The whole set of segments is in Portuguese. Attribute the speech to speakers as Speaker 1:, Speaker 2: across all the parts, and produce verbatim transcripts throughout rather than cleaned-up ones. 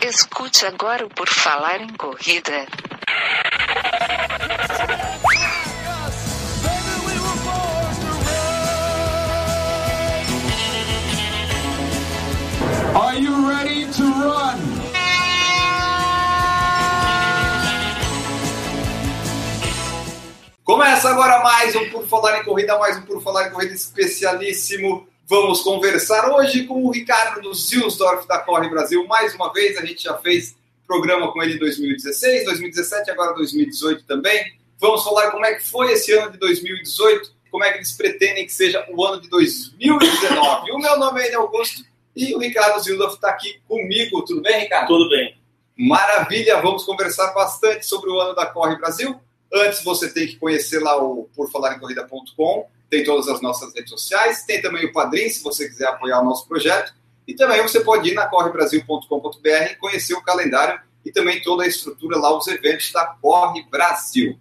Speaker 1: Escute agora o Por Falar em Corrida.
Speaker 2: Are you ready to run?
Speaker 3: Começa agora mais um Por Falar em Corrida, mais um Por Falar em Corrida especialíssimo. Vamos conversar hoje com o Ricardo Zilsdorf da Corre Brasil. Mais uma vez, a gente já fez programa com ele em dois mil e dezesseis, dois mil e dezessete, agora dois mil e dezoito também. Vamos falar como é que foi esse ano de dois mil e dezoito, como é que eles pretendem que seja o ano de dois mil e dezenove. O meu nome é Enio Augusto e o Ricardo Zilsdorf está aqui comigo. Tudo bem, Ricardo?
Speaker 4: Tudo bem.
Speaker 3: Maravilha, vamos conversar bastante sobre o ano da Corre Brasil. Antes você tem que conhecer lá o por falar em corrida ponto com. Tem todas as nossas redes sociais, tem também o Padrim, se você quiser apoiar o nosso projeto, e também você pode ir na corre brasil ponto com ponto b r e conhecer o calendário e também toda a estrutura lá, os eventos da Corre Brasil.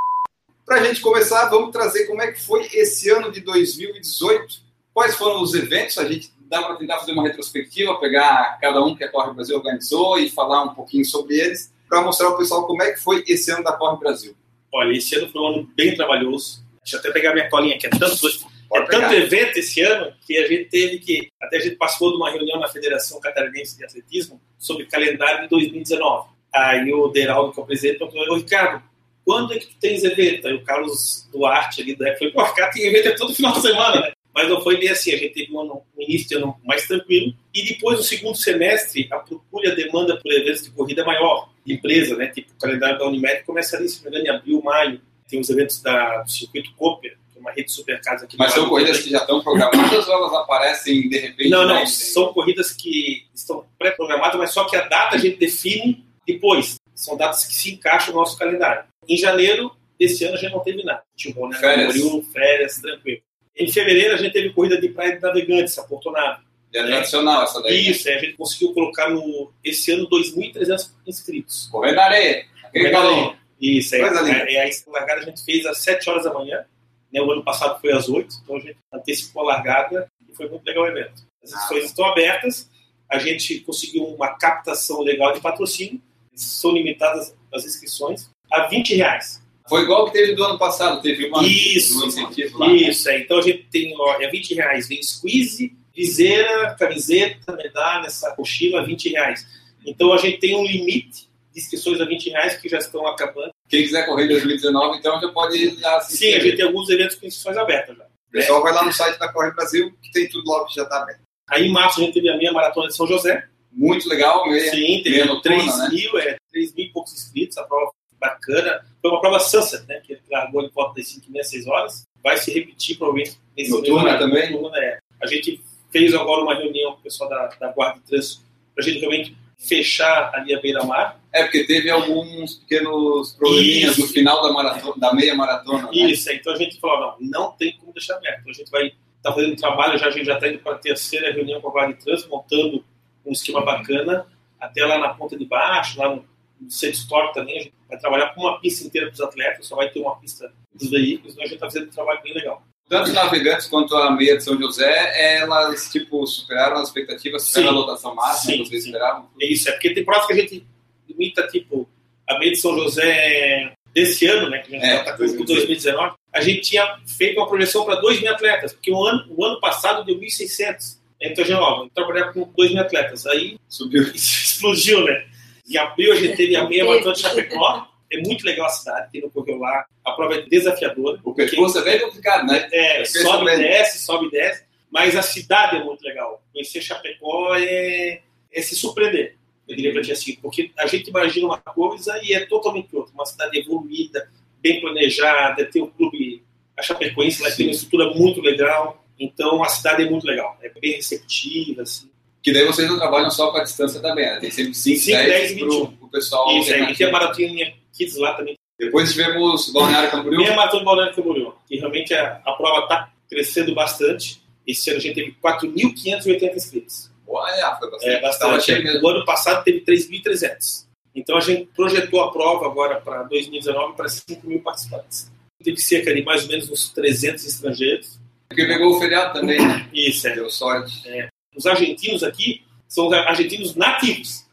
Speaker 3: Para a gente começar, vamos trazer como é que foi esse ano de dois mil e dezoito, quais foram os eventos, a gente dá para tentar fazer uma retrospectiva, pegar cada um que a Corre Brasil organizou e falar um pouquinho sobre eles, para mostrar ao pessoal como é que foi esse ano da Corre Brasil.
Speaker 4: Olha, esse ano foi um ano bem trabalhoso. Deixa eu até pegar minha colinha aqui. É tanto, é tanto evento esse ano que a gente teve que... Até a gente participou de uma reunião na Federação Catarinense de Atletismo sobre calendário de dois mil e dezenove. Aí o Deraldo, que é o presidente, perguntou: Ricardo, quando é que tu tens evento? Aí o Carlos Duarte ali do R E C falou: pô, Ricardo, tem evento é todo final de semana, né? Mas não foi bem assim. A gente teve um, ano, um início de ano mais tranquilo. E depois, no segundo semestre, a procura e a demanda por eventos de corrida é maior. De empresa, né? Tipo, o calendário da Unimed começa ali, se não me engano, em abril, maio. Tem os eventos da, do Circuito Cooper, que é uma rede de supercarros aqui.
Speaker 3: Mas são corridas que já estão programadas ou elas aparecem de repente?
Speaker 4: Não, não, são corridas que estão pré-programadas, mas só que a data a gente define depois. São datas que se encaixam no nosso calendário. Em janeiro desse ano a gente não teve nada. Tipo, né?
Speaker 3: Férias.
Speaker 4: Férias, férias, tranquilo. Em fevereiro a gente teve corrida de praia de navegantes, a Porto Nave.
Speaker 3: É tradicional essa daí.
Speaker 4: Isso, né? A gente conseguiu colocar no, esse ano dois mil e trezentos inscritos.
Speaker 3: Correndo na areia. Aquele calor.
Speaker 4: Isso, é, é, é, a largada a gente fez às sete horas da manhã, né? O ano passado foi às oito, então a gente antecipou a largada e foi muito legal o evento. As inscrições ah. estão abertas, a gente conseguiu uma captação legal de patrocínio, são limitadas as inscrições a vinte reais.
Speaker 3: Foi igual que teve do ano passado, teve uma,
Speaker 4: isso,
Speaker 3: um incentivo lá.
Speaker 4: Isso, né? é. Então a gente tem, ó, é vinte reais, vem squeeze, viseira, camiseta, medalha, essa mochila, vinte reais. Então a gente tem um limite de inscrições a vinte reais que já estão acabando.
Speaker 3: Quem quiser correr em dois mil e dezenove, então já pode já assistir.
Speaker 4: Sim, a gente tem alguns eventos com inscrições abertas já.
Speaker 3: O pessoal é. vai lá no site da Corre Brasil, que tem tudo lá que já está aberto.
Speaker 4: Aí em março a gente teve a meia maratona de São José.
Speaker 3: Muito legal, meia.
Speaker 4: Sim, teve meia três mil, né? é, três mil e poucos inscritos, a prova bacana. Foi uma prova Sunset, né? Que largou em volta das cinco e meia, seis horas. Vai se repetir provavelmente nesse
Speaker 3: noturna também.
Speaker 4: Noturna, é. A gente fez agora uma reunião com o pessoal da, da Guarda de Trânsito para a gente realmente fechar ali a beira-mar.
Speaker 3: É, porque teve alguns pequenos probleminhas Isso. no final da, maratona, da meia maratona.
Speaker 4: Isso,
Speaker 3: né?
Speaker 4: Então a gente falou: não, não tem como deixar aberto. Então a gente vai estar tá fazendo trabalho, já, a gente já está indo para a terceira reunião com a Guarda de Trânsito, montando um esquema bacana, até lá na ponta de baixo, lá no, no Centro Histórico também. A gente vai trabalhar com uma pista inteira para os atletas, só vai ter uma pista dos veículos, então a gente está fazendo um trabalho bem legal.
Speaker 3: Tanto navegantes quanto a meia de São José, elas tipo, superaram as expectativas, superaram a lotação máxima que vocês esperavam?
Speaker 4: É isso, é porque tem provas que a gente limita, tipo, a meia de São José desse ano, né, que a gente está é, com dois mil e dezenove, a gente tinha feito uma projeção para dois mil atletas, porque o ano, o ano passado deu mil e seiscentos. Então a gente, ó, vamos trabalhar com dois mil atletas. Aí subiu, explodiu, né? Em abril a gente teve a meia maratona de Chapecó. É muito legal a cidade, quem não correu lá. A prova é desafiadora.
Speaker 3: O percurso é bem complicado, né?
Speaker 4: É, sobe e desce, sobe e desce. Mas a cidade é muito legal. Conhecer Chapecó é, é se surpreender, eu diria para ti assim. Porque a gente imagina uma coisa e é totalmente outra. Uma cidade evoluída, bem planejada, tem um clube, a Chapecoense, ela tem uma estrutura muito legal. Então a cidade é muito legal. É bem receptiva, assim.
Speaker 3: Que daí vocês não trabalham só com a distância também, né? Tem sempre cinco, dez, vinte e um. Pro, pro pessoal.
Speaker 4: Isso, aí tem a Maratoninha Kids lá também.
Speaker 3: Depois tivemos Balneário Camboriú.
Speaker 4: Meia Maratona Balneário Camboriú. Que realmente a, a prova está crescendo bastante. Esse ano a gente teve quatro mil quinhentos e oitenta inscritos.
Speaker 3: Olha, foi bastante.
Speaker 4: É, bastante. O ano passado teve três mil e trezentos. Então a gente projetou a prova agora para dois mil e dezenove para cinco mil participantes. Teve cerca de mais ou menos uns trezentos estrangeiros.
Speaker 3: Porque pegou o feriado também, né?
Speaker 4: Isso, é.
Speaker 3: Deu sorte.
Speaker 4: É. Os argentinos aqui são os argentinos nativos.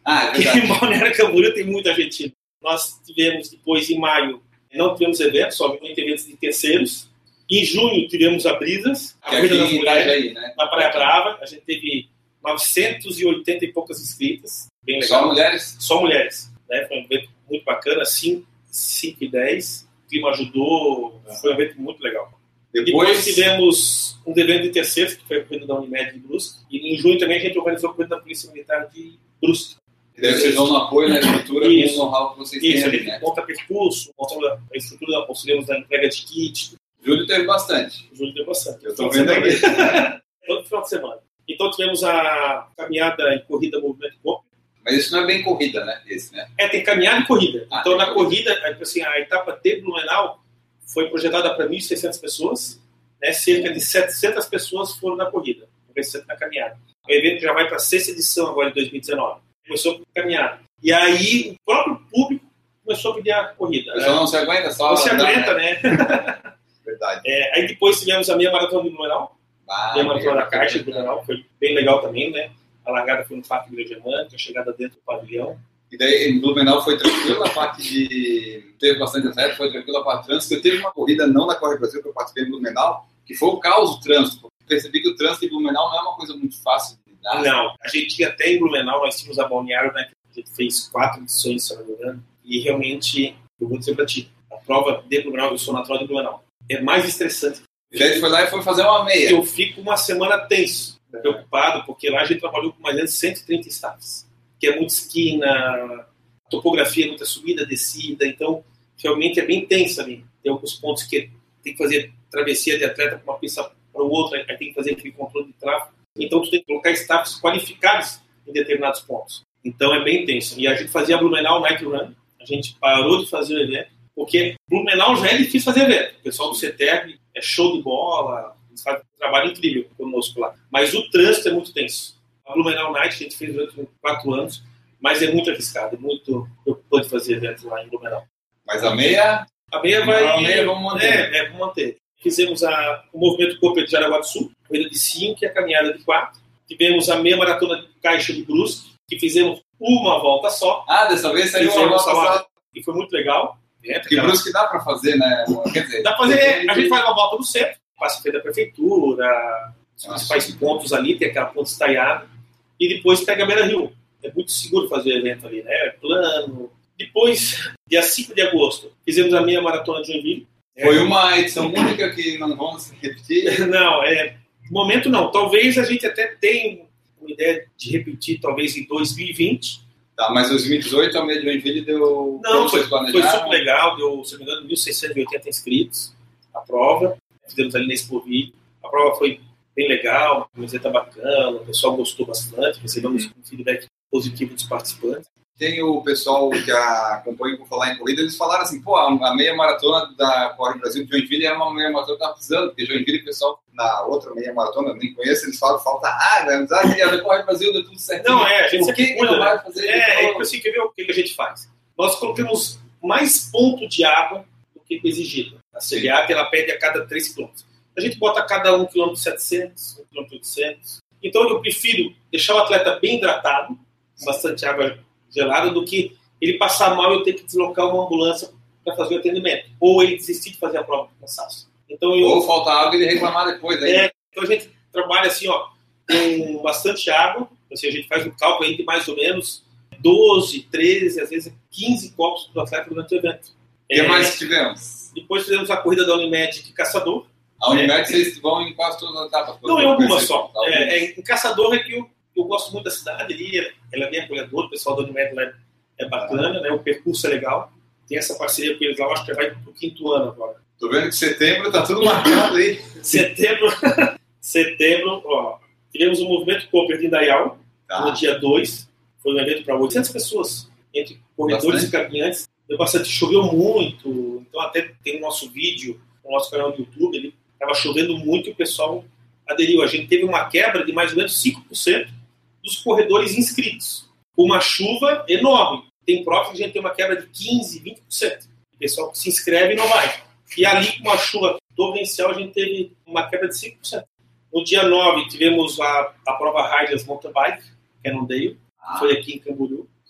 Speaker 3: Ah, é
Speaker 4: Porque
Speaker 3: verdade.
Speaker 4: em Balneário Camboriú tem muita argentino. Nós tivemos depois, em maio, não tivemos eventos, só eventos de terceiros. Em junho tivemos a Brisas, a
Speaker 3: Que
Speaker 4: Corrida
Speaker 3: aqui
Speaker 4: das
Speaker 3: em
Speaker 4: Mulheres,
Speaker 3: Itajaí, né?
Speaker 4: na Praia Brava. A gente teve novecentos e oitenta e poucas inscritas, bem legal.
Speaker 3: Só mulheres?
Speaker 4: Só mulheres, né? Foi um evento muito bacana, cinco e dez. O clima ajudou, foi um evento muito legal.
Speaker 3: Depois,
Speaker 4: Depois tivemos um evento de terceiros, que foi a Corrida da Unimed de Brusque. E em junho também a gente organizou a Corrida da Polícia Militar de Brusque.
Speaker 3: deve ser dando apoio na estrutura
Speaker 4: Isso.
Speaker 3: com o know-how que vocês
Speaker 4: Isso,
Speaker 3: têm
Speaker 4: a
Speaker 3: ali,
Speaker 4: gente
Speaker 3: né?
Speaker 4: monta percurso, montamos a estrutura, auxiliamos na entrega de kit.
Speaker 3: Júlio teve bastante.
Speaker 4: O Júlio deu bastante.
Speaker 3: Eu tô vendo aqui.
Speaker 4: Todo final de semana. Então tivemos a caminhada e corrida Movimento Corpo.
Speaker 3: Mas isso não é bem corrida, né? Esse, né?
Speaker 4: É, tem caminhada e corrida.
Speaker 3: Ah,
Speaker 4: então
Speaker 3: tem
Speaker 4: na corrida, assim, a etapa de Blumenau foi projetada para mil e seiscentas pessoas, né? Cerca de setecentas pessoas foram na corrida, o restante na caminhada. O evento já vai para a sexta edição agora em dois mil e dezenove. Começou com caminhada. E aí o próprio público começou a pedir a corrida.
Speaker 3: O pessoal
Speaker 4: né?
Speaker 3: não se aguenta, só...
Speaker 4: Não se
Speaker 3: andar,
Speaker 4: aguenta, né?
Speaker 3: Verdade.
Speaker 4: É, aí depois tivemos a meia maratona de Blumenau,
Speaker 3: Ah,
Speaker 4: a meia maratona da Caixa de
Speaker 3: verdade.
Speaker 4: Blumenau, foi bem legal também, né? A largada foi no Parque Vila Germânica, a chegada dentro do pavilhão.
Speaker 3: E daí, em Blumenau foi tranquilo, a parte de... Teve bastante atleta, foi tranquilo a parte de trânsito. Eu teve uma corrida, não na Corre Brasil, que eu participei em Blumenau, que foi o caos do trânsito. Percebi que o trânsito em Blumenau não é uma coisa muito fácil de lidar.
Speaker 4: Não, a gente tinha até em Blumenau, nós tínhamos a Balneário, né? A gente fez quatro edições, se não me engano, e realmente, eu vou dizer pra ti, a prova de Blumenau, eu sou natural de Blumenau, é mais estressante.
Speaker 3: E daí foi lá e foi fazer uma meia.
Speaker 4: Eu fico uma semana tenso, preocupado, porque lá a gente trabalhou com mais ou menos cento e trinta staffs, que é muita esquina, a topografia, muita subida, descida, então realmente é bem tenso ali. Tem alguns pontos que tem que fazer travessia de atleta para uma pista para o outro, aí tem que fazer aquele controle de tráfego. Então tu tem que colocar staffs qualificados em determinados pontos. Então é bem tenso. E a gente fazia Blumenau Night Run, a gente parou de fazer o evento, porque Blumenau já é difícil fazer evento. O pessoal do C T E C é show de bola, eles fazem um trabalho incrível conosco lá. Mas o trânsito é muito tenso. A Blumenau Night a gente fez durante quatro anos, mas é muito arriscado, é muito preocupante fazer evento lá em Blumenau.
Speaker 3: Mas a meia...
Speaker 4: A meia vai...
Speaker 3: A meia vamos manter.
Speaker 4: É, é, vamos manter. Fizemos a, o movimento Corpo de Jaraguá do Sul, corrida de cinco e a caminhada de quatro. Tivemos a meia maratona de Caixa de Brusque, que fizemos uma volta só.
Speaker 3: Ah, dessa vez saiu uma volta só.
Speaker 4: E foi muito legal. É,
Speaker 3: Que Brusque dá para fazer, né? Quer dizer...
Speaker 4: Dá pra fazer, a gente faz uma volta no centro, passa frente da prefeitura, os principais pontos ali, tem aquela ponte estaiada, e depois pega a Beira Rio. É muito seguro fazer o evento ali, né? É plano. Depois, dia cinco de agosto, fizemos a meia maratona de Joinville.
Speaker 3: Foi uma edição única que não vamos se repetir?
Speaker 4: Não, é... No momento não. Talvez a gente até tenha uma ideia de repetir, talvez em dois mil e vinte.
Speaker 3: Tá, mas dois mil e dezoito a meia de Joinville deu...
Speaker 4: Não, foi, foi super legal. Deu, se não me engano, mil seiscentos e oitenta inscritos a prova. Fizemos ali na Expo Rio. A prova foi bem legal, uma camiseta bacana, o pessoal gostou bastante, recebemos um feedback positivo dos participantes.
Speaker 3: Tem o pessoal que acompanha o Por Falar em Corrida, eles falaram assim, pô, a meia maratona da Corre Brasil de Joinville era uma meia maratona que estava precisando, porque Joinville, o pessoal, na outra meia maratona, eu nem conheço, eles falam, falta água, né? Ah, a Corre Brasil deu tudo certinho.
Speaker 4: Não, é, a gente
Speaker 3: Por que
Speaker 4: sempre cuida,
Speaker 3: não vai
Speaker 4: né?
Speaker 3: fazer?
Speaker 4: É, é assim, quer ver o que a gente faz? Nós colocamos mais ponto de água do que exigido. A C B A, ela pede a cada três quilômetros. A gente bota a cada um quilômetro setecentos, um quilômetro oitocentos. Então eu prefiro deixar o atleta bem hidratado, com bastante água gelada, do que ele passar mal e eu ter que deslocar uma ambulância para fazer o atendimento. Ou ele desistir de fazer a prova por cansaço. Então, eu,
Speaker 3: Ou faltar água e ele reclamar depois. Aí.
Speaker 4: É, então a gente trabalha assim, ó, com bastante água. Assim, a gente faz um cálculo aí de mais ou menos doze, treze, às vezes quinze copos para o atleta durante o evento.
Speaker 3: O que
Speaker 4: É,
Speaker 3: mais que tivemos?
Speaker 4: Depois fizemos a corrida da Unimed de Caçador.
Speaker 3: A Unimed,
Speaker 4: é,
Speaker 3: vocês vão em quase todas as etapas.
Speaker 4: Não, em algumas só.
Speaker 3: Algumas.
Speaker 4: É, é, em Caçador é que eu, eu gosto muito da cidade ali, ela é bem acolhedora, o pessoal da Unimed lá é bacana, né? O percurso é legal. Tem essa parceria com eles lá, eu acho que vai pro quinto ano agora.
Speaker 3: Tô vendo que setembro tá tudo marcado aí.
Speaker 4: Setembro, setembro, ó, tivemos um movimento Cooper de Indaial,
Speaker 3: Tá.
Speaker 4: no dia dois, foi um evento para oitocentas pessoas, entre corredores
Speaker 3: Bastante.
Speaker 4: e caminhantes. Deu bastante, choveu muito, então até tem o nosso vídeo no nosso canal do YouTube, ele estava chovendo muito e o pessoal aderiu. A gente teve uma quebra de mais ou menos cinco por cento dos corredores inscritos, com uma chuva enorme. Tem prova que a gente tem uma quebra de quinze, vinte por cento. O pessoal que se inscreve e não vai. E ali, com uma chuva torrencial, a gente teve uma quebra de cinco por cento. No dia nove, tivemos a, a prova Riders Mountain Bike, Cannondale, foi aqui em Camboriú.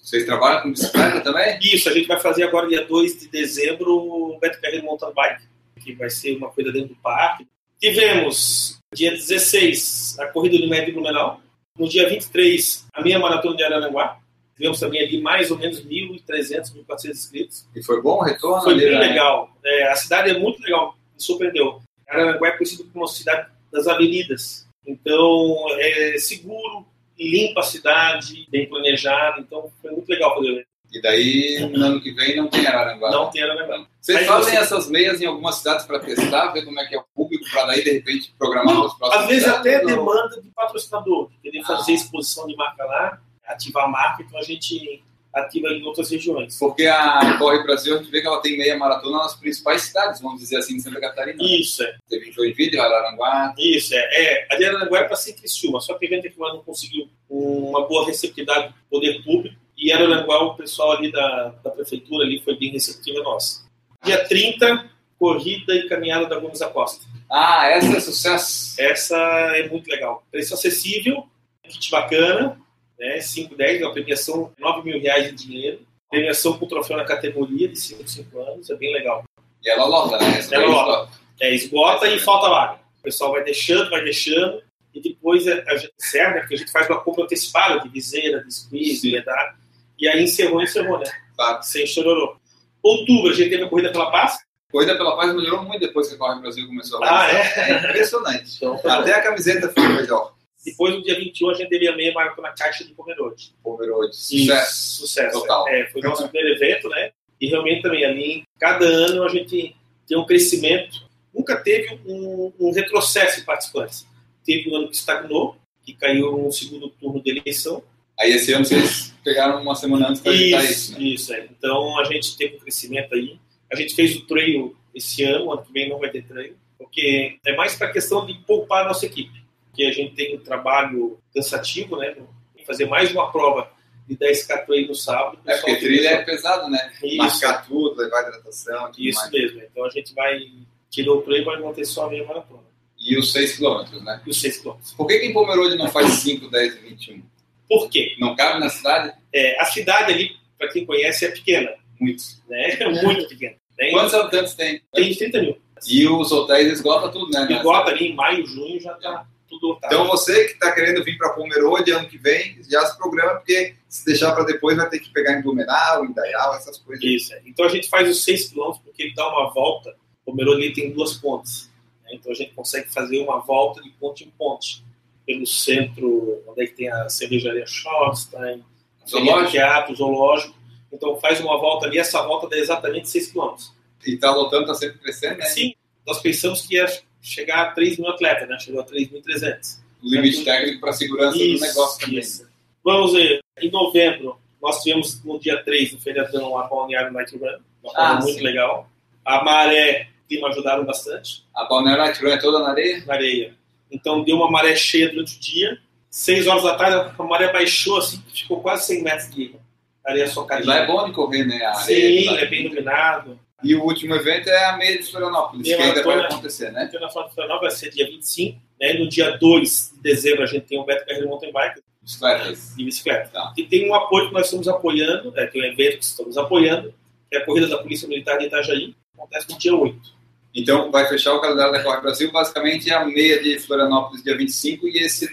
Speaker 3: Vocês trabalham com bicicleta também?
Speaker 4: Isso, a gente vai fazer agora, dia dois de dezembro, o Beto Carreiro Mountain Bike, que vai ser uma coisa dentro do parque. Tivemos, dia dezesseis, a Corrida Unimed de Blumenau. No dia vinte e três, a meia maratona de Araranguá. Tivemos também ali mais ou menos mil e trezentos, mil e quatrocentos inscritos.
Speaker 3: E foi bom o retorno?
Speaker 4: Foi bem
Speaker 3: né?
Speaker 4: legal. É, a cidade é muito legal, me surpreendeu. Araranguá é conhecido como uma cidade das avenidas. Então, é seguro, limpa a cidade, bem planejado. Então, foi muito legal fazer o evento.
Speaker 3: E daí, no ano que vem, não tem Araranguá.
Speaker 4: Não tem Araranguá.
Speaker 3: Vocês
Speaker 4: Aí
Speaker 3: fazem
Speaker 4: você...
Speaker 3: essas meias em algumas cidades para testar, ver como é que é o público, para daí, de repente, programar
Speaker 4: Não,
Speaker 3: para os próximos
Speaker 4: às vezes
Speaker 3: anos,
Speaker 4: até
Speaker 3: ou...
Speaker 4: demanda de patrocinador, querer fazer
Speaker 3: Ah.
Speaker 4: exposição de marca lá, ativar a marca, então a gente ativa em outras regiões.
Speaker 3: Porque a Corre Brasil, a gente vê que ela tem meia maratona nas principais cidades, vamos dizer assim, de Santa Catarina.
Speaker 4: Isso, é.
Speaker 3: Teve em Joinville, Araranguá.
Speaker 4: Isso, é. é. A de Araranguá é para ser Criciúma, só que a gente aqui lá não conseguiu uma boa receptividade do poder público, e Araranguá, o pessoal ali da, da prefeitura ali foi bem receptivo a nós. Dia trinta, corrida e caminhada da Gomes Acosta.
Speaker 3: Ah, essa é sucesso.
Speaker 4: Essa é muito legal. Preço acessível, kit bacana, né? cinco, dez, uma premiação nove mil reais de dinheiro. Premiação com troféu na categoria de cinco, cinco anos, é bem legal.
Speaker 3: E ela lota, né? Essa
Speaker 4: Ela
Speaker 3: daí
Speaker 4: lota. É, esgota e falta vaga. O pessoal vai deixando, vai deixando, e depois a gente encerra, né? Porque a gente faz uma compra antecipada de viseira, de squeeze, de medalha, e aí encerrou, encerrou, né?
Speaker 3: Tá.
Speaker 4: Sem chororô. Outubro, a gente teve a Corrida pela Paz.
Speaker 3: Corrida pela Paz melhorou muito depois que a Corre Brasil começou a
Speaker 4: Ah,
Speaker 3: lançar.
Speaker 4: é?
Speaker 3: É impressionante.
Speaker 4: Então, tá
Speaker 3: Até a camiseta foi melhor.
Speaker 4: Depois, no dia vinte e um, a gente teve a meia maratona Caixa de Pomerode.
Speaker 3: Pomerode. Sucesso.
Speaker 4: Sucesso.
Speaker 3: Total.
Speaker 4: É, foi o nosso primeiro evento, né? E realmente também ali, cada ano a gente tem um crescimento. Nunca teve um, um retrocesso em participantes. Teve um ano que estagnou, que caiu no segundo turno de eleição.
Speaker 3: Aí esse ano vocês pegaram uma semana antes para evitar isso,
Speaker 4: Isso,
Speaker 3: né?
Speaker 4: isso, é. Então a gente teve um crescimento aí. A gente fez o trail esse ano, ano que vem não vai ter trail, porque é mais para a questão de poupar a nossa equipe. Que a gente tem um trabalho cansativo, né? Fazer mais uma prova de dez K trail no sábado.
Speaker 3: É porque trilha é pesado, né?
Speaker 4: Isso.
Speaker 3: Marcar tudo, levar hidratação, tudo
Speaker 4: Isso
Speaker 3: mais.
Speaker 4: mesmo. Então a gente vai tirou o trail e vai manter só a meia maratona.
Speaker 3: E os seis quilômetros, né?
Speaker 4: E os seis quilômetros.
Speaker 3: Por que que em Pomerode não faz cinco, dez e vinte e um?
Speaker 4: Por quê?
Speaker 3: Não cabe na cidade?
Speaker 4: É, a cidade ali, para quem conhece, é pequena.
Speaker 3: Muitos.
Speaker 4: Né? É muito pequena. Tem,
Speaker 3: Quantos habitantes tem?
Speaker 4: tem trinta mil.
Speaker 3: E os hotéis esgotam tudo, né?
Speaker 4: Esgota ali em maio, junho, já está tudo lotado.
Speaker 3: Então você que está querendo vir para Pomerode ano que vem, já se programa, porque se deixar para depois vai ter que pegar em Blumenau, em Dayal, essas coisas.
Speaker 4: Isso, é. Então a gente faz os seis quilômetros porque ele dá uma volta. O Pomerode tem duas pontes. Né? Então a gente consegue fazer uma volta de ponte em ponte. Pelo centro, onde é que tem a cervejaria Schotstein,
Speaker 3: Zoológico?
Speaker 4: teatro, zoológico. Então faz uma volta ali, essa volta dá exatamente seis quilômetros.
Speaker 3: E está lotando, está sempre crescendo, né?
Speaker 4: Sim, nós pensamos que ia chegar a três mil atletas, né? Chegou a três mil e trezentos.
Speaker 3: O limite técnico para a segurança
Speaker 4: Isso,
Speaker 3: do negócio também.
Speaker 4: isso. Vamos ver, em novembro, nós tivemos no dia três, no feriadão, a Balneário Night Run, uma
Speaker 3: Ah,
Speaker 4: coisa muito
Speaker 3: sim.
Speaker 4: legal. A maré, que me ajudaram bastante,
Speaker 3: A Balneário Night Run é toda na areia?
Speaker 4: na areia. Então deu uma maré cheia durante o dia. Seis horas da tarde, a maré baixou, assim, ficou quase cem metros de areia
Speaker 3: E
Speaker 4: socadinha.
Speaker 3: lá é bom de correr, né? A areia,
Speaker 4: Sim,
Speaker 3: tá?
Speaker 4: é bem iluminado.
Speaker 3: E o último evento é a meia de Florianópolis,
Speaker 4: Meia
Speaker 3: que ainda vai
Speaker 4: maratona.
Speaker 3: acontecer, né?
Speaker 4: Então, na Florianópolis vai ser dia vinte e cinco. Né? No dia dois de dezembro, a gente tem o Beto Carreiro Mountain Bike
Speaker 3: Bicicletas.
Speaker 4: de bicicleta.
Speaker 3: Tá.
Speaker 4: E tem um apoio que nós estamos apoiando, é, tem um evento que estamos apoiando, que é a Corrida da Polícia Militar de Itajaí, que acontece no dia oito.
Speaker 3: Então, vai fechar o calendário da Corre Brasil, basicamente a meia de Florianópolis, dia vinte e cinco, e esse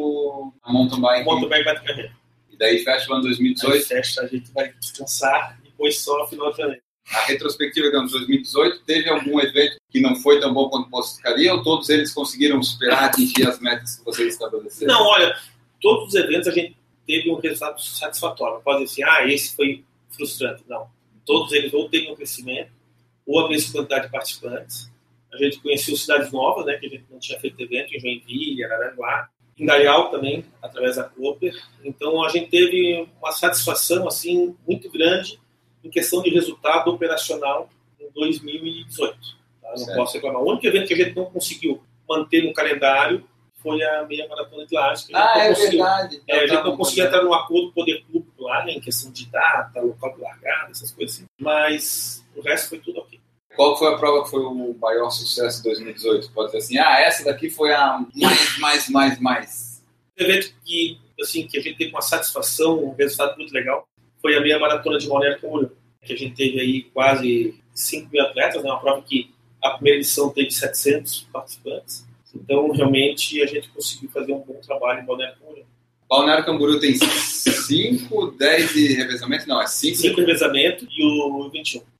Speaker 3: do Mountain Bike.
Speaker 4: Mountain Bike Beto Carreiro.
Speaker 3: E daí fecha o ano dois mil e
Speaker 4: Aí
Speaker 3: dezoito.
Speaker 4: fecha, a gente vai descansar, depois só no final de janeiro.
Speaker 3: A retrospectiva do ano dois mil e dezoito, teve algum evento que não foi tão bom quanto você ficaria, ou todos eles conseguiram superar, atingir as metas que vocês estabeleceram?
Speaker 4: Não, olha, todos os eventos a gente teve um resultado satisfatório. Não pode dizer assim, ah, esse foi frustrante. Não. Todos eles ou teve um crescimento, ou a mesma quantidade de participantes. A gente conheceu cidades novas, né, que a gente não tinha feito evento, em Joinville, Araranguá, em Dayal também, através da Cooper. Então a gente teve uma satisfação assim muito grande em questão de resultado operacional em dois mil e dezoito. Tá? Não
Speaker 3: Certo.
Speaker 4: posso reclamar. O único evento que a gente não conseguiu manter no calendário foi a meia maratona de Lages. que a gente
Speaker 3: Ah,
Speaker 4: não
Speaker 3: é
Speaker 4: conseguiu.
Speaker 3: verdade.
Speaker 4: É, a gente
Speaker 3: Tá
Speaker 4: não
Speaker 3: bom,
Speaker 4: conseguia
Speaker 3: tá bom.
Speaker 4: entrar num acordo com o poder público lá, né, em questão de data, local de largada, essas coisas assim. Mas o resto foi tudo ok.
Speaker 3: Qual foi a prova que foi o maior sucesso de dois mil e dezoito? Pode dizer assim, ah, essa daqui foi a mais, mais, mais, mais.
Speaker 4: Um evento que, assim, que a gente teve uma satisfação, um resultado muito legal, foi foi a meia maratona de Balneário Camboriú, que a gente teve aí quase cinco mil atletas, né? Uma prova que a primeira edição teve setecentos participantes. Então, realmente, a gente conseguiu fazer um bom trabalho em Balneário Camboriú.
Speaker 3: Balneário Camboriú tem cinco, dez de revezamento? Não, é cinco.
Speaker 4: cinco revezamento e o vinte e um.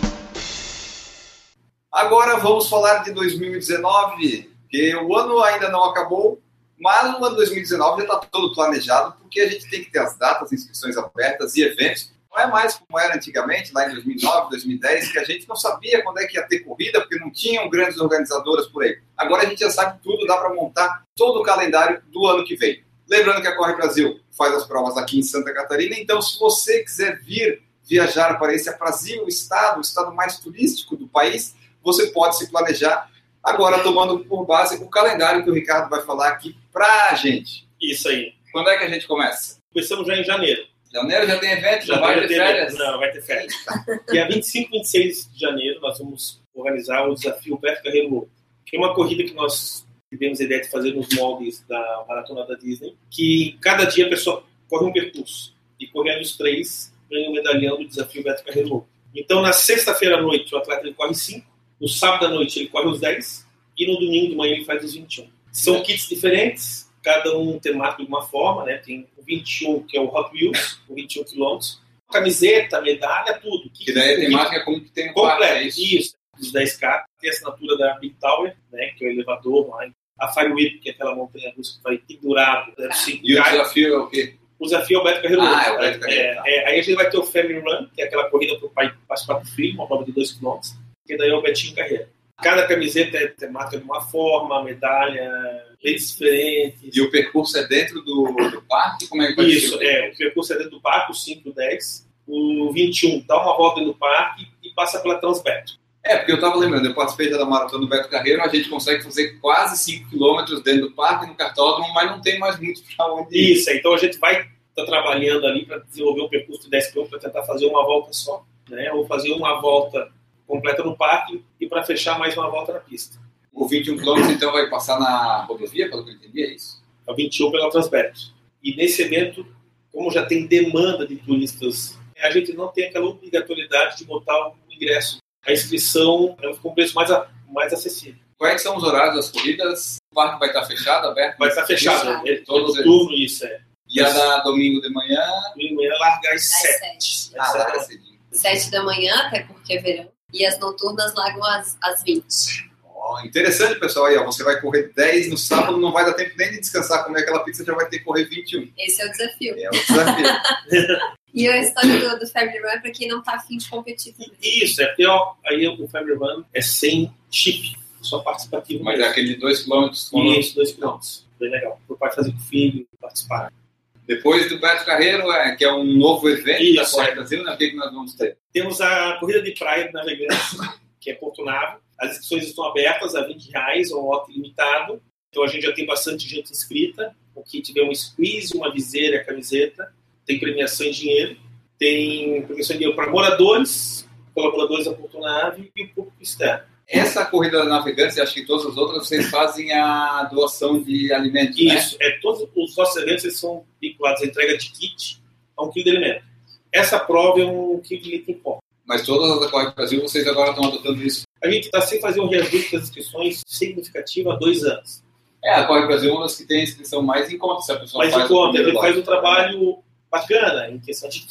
Speaker 3: Agora vamos falar de dois mil e dezenove, que o ano ainda não acabou, mas o ano de dois mil e dezenove já está todo planejado, porque a gente tem que ter as datas, inscrições abertas e eventos. Não é mais como era antigamente, lá em dois mil e nove, dois mil e dez, que a gente não sabia quando é que ia ter corrida, porque não tinham grandes organizadoras por aí. Agora a gente já sabe tudo, dá para montar todo o calendário do ano que vem. Lembrando que a Corre Brasil faz as provas aqui em Santa Catarina, então se você quiser vir viajar para esse aprazível estado, o estado mais turístico do país, você pode se planejar agora tomando por base o calendário que o Ricardo vai falar aqui para a gente.
Speaker 4: Isso aí.
Speaker 3: Quando é que a gente começa?
Speaker 4: Começamos já em janeiro.
Speaker 3: Janeiro já tem evento, já, já vai ter férias?
Speaker 4: Não, vai ter férias. Dia vinte e cinco e vinte e seis de janeiro nós vamos organizar o desafio Beto Carreiro, que é uma corrida que nós tivemos a ideia de fazer nos moldes da Maratona da Disney, que cada dia a pessoa corre um percurso e correndo os três ganha o medalhão do desafio Beto Carreiro. Então na sexta-feira à noite o atleta ele corre cinco, no sábado à noite ele corre os dez e no domingo de manhã ele faz os vinte e um. São kits diferentes, cada um temático de uma forma, né? Tem o vinte e um, que é o Hot Wheels, o vinte e um quilômetros, camiseta, medalha, tudo.
Speaker 3: Que daí a temática é como que tem no
Speaker 4: completo,
Speaker 3: parque, é isso?
Speaker 4: Isso, os dez K, tem a assinatura da Big Tower, né? Que é o elevador lá, a Fire Whip, que é aquela montanha russa que vai pendurado. Né,
Speaker 3: e o desafio é o quê?
Speaker 4: O desafio é o Beto Carreiro.
Speaker 3: Ah, é o Beto Carreiro.
Speaker 4: É, é, aí a gente vai ter o Family Run, que é aquela corrida para o pai participar do filho, uma prova de dois quilômetros, que daí é o Betinho Carreira. Cada camiseta é temática de uma forma, medalha, leitos diferentes.
Speaker 3: E o percurso é dentro do, do parque? Como é que vai
Speaker 4: Isso,
Speaker 3: ser?
Speaker 4: é. O percurso é dentro do parque, o cinco, o dez. O vinte e um dá uma volta no parque e passa pela Transbeto.
Speaker 3: É, porque eu estava lembrando, eu participei da maratona do Beto Carreiro, a gente consegue fazer quase cinco quilômetros dentro do parque, no cartódromo, mas não tem mais muito para onde ir.
Speaker 4: Isso, então a gente vai estar tá trabalhando ali para desenvolver um percurso de dez quilômetros para tentar fazer uma volta só, né? Ou fazer uma volta completa no parque e para fechar mais uma volta na pista.
Speaker 3: O vinte e um quilômetros, então, vai passar na rodovia, pelo que eu entendi, é isso?
Speaker 4: É o vinte e um pela Transbeto. E nesse evento, como já tem demanda de turistas, a gente não tem aquela obrigatoriedade de botar o ingresso. A inscrição ela ficou um preço mais, a, mais acessível.
Speaker 3: Quais são os horários das corridas? O parque vai estar fechado, aberto?
Speaker 4: Vai estar fechado.
Speaker 3: Ele, todos
Speaker 4: é turno, isso é.
Speaker 3: E a da domingo de manhã?
Speaker 4: Domingo de manhã larga às
Speaker 5: sete.
Speaker 3: Ah, larga cedinho.
Speaker 5: sete da manhã, até porque é verão. E as noturnas largam às, às vinte.
Speaker 3: Oh, interessante, pessoal. Aí, ó, você vai correr dez no sábado, não vai dar tempo nem de descansar, comer aquela pizza, já vai ter que correr vinte e um.
Speaker 5: Esse é o desafio.
Speaker 3: É o desafio.
Speaker 5: E a história do, do Family Run é para quem não tá afim de competir também.
Speaker 4: Isso, é porque ó, aí o Family Run é sem chip, só participativo.
Speaker 3: Mas
Speaker 4: mesmo.
Speaker 3: é aquele dois quilômetros.
Speaker 4: Isso, dois quilômetros. Bem legal. O pai fazer com o filho, participar.
Speaker 3: Depois do Beto Carreiro, é, que é um novo evento
Speaker 4: Isso,
Speaker 3: da Corre
Speaker 4: é.
Speaker 3: Brasil, né? O que, que nós vamos ter?
Speaker 4: Temos a corrida de praia de navegantes, que é Porto Nave. As inscrições estão abertas a vinte reais, um lote limitado. Então a gente já tem bastante gente inscrita. O kit vem um squeeze, uma viseira e a camiseta. Tem premiação em dinheiro. Tem premiação em dinheiro para moradores, colaboradores da Porto Nave e o público externo.
Speaker 3: Essa corrida da Navegantes, e acho que todas as outras, vocês fazem a doação de alimentos,
Speaker 4: Isso,
Speaker 3: né?
Speaker 4: é, todos os nossos eventos eles são vinculados à entrega de kit a um quilo de alimento. Essa prova é um quilo de leite em pó.
Speaker 3: Mas todas as da Corre Brasil, vocês agora estão adotando isso.
Speaker 4: A gente está sem fazer um reajuste das inscrições significativo há dois anos.
Speaker 3: É, a Corre Brasil é uma das que tem a inscrição mais em conta, se a pessoa
Speaker 4: Mas
Speaker 3: faz
Speaker 4: em conta,
Speaker 3: primeiro
Speaker 4: ele faz
Speaker 3: lote.
Speaker 4: um trabalho bacana em questão de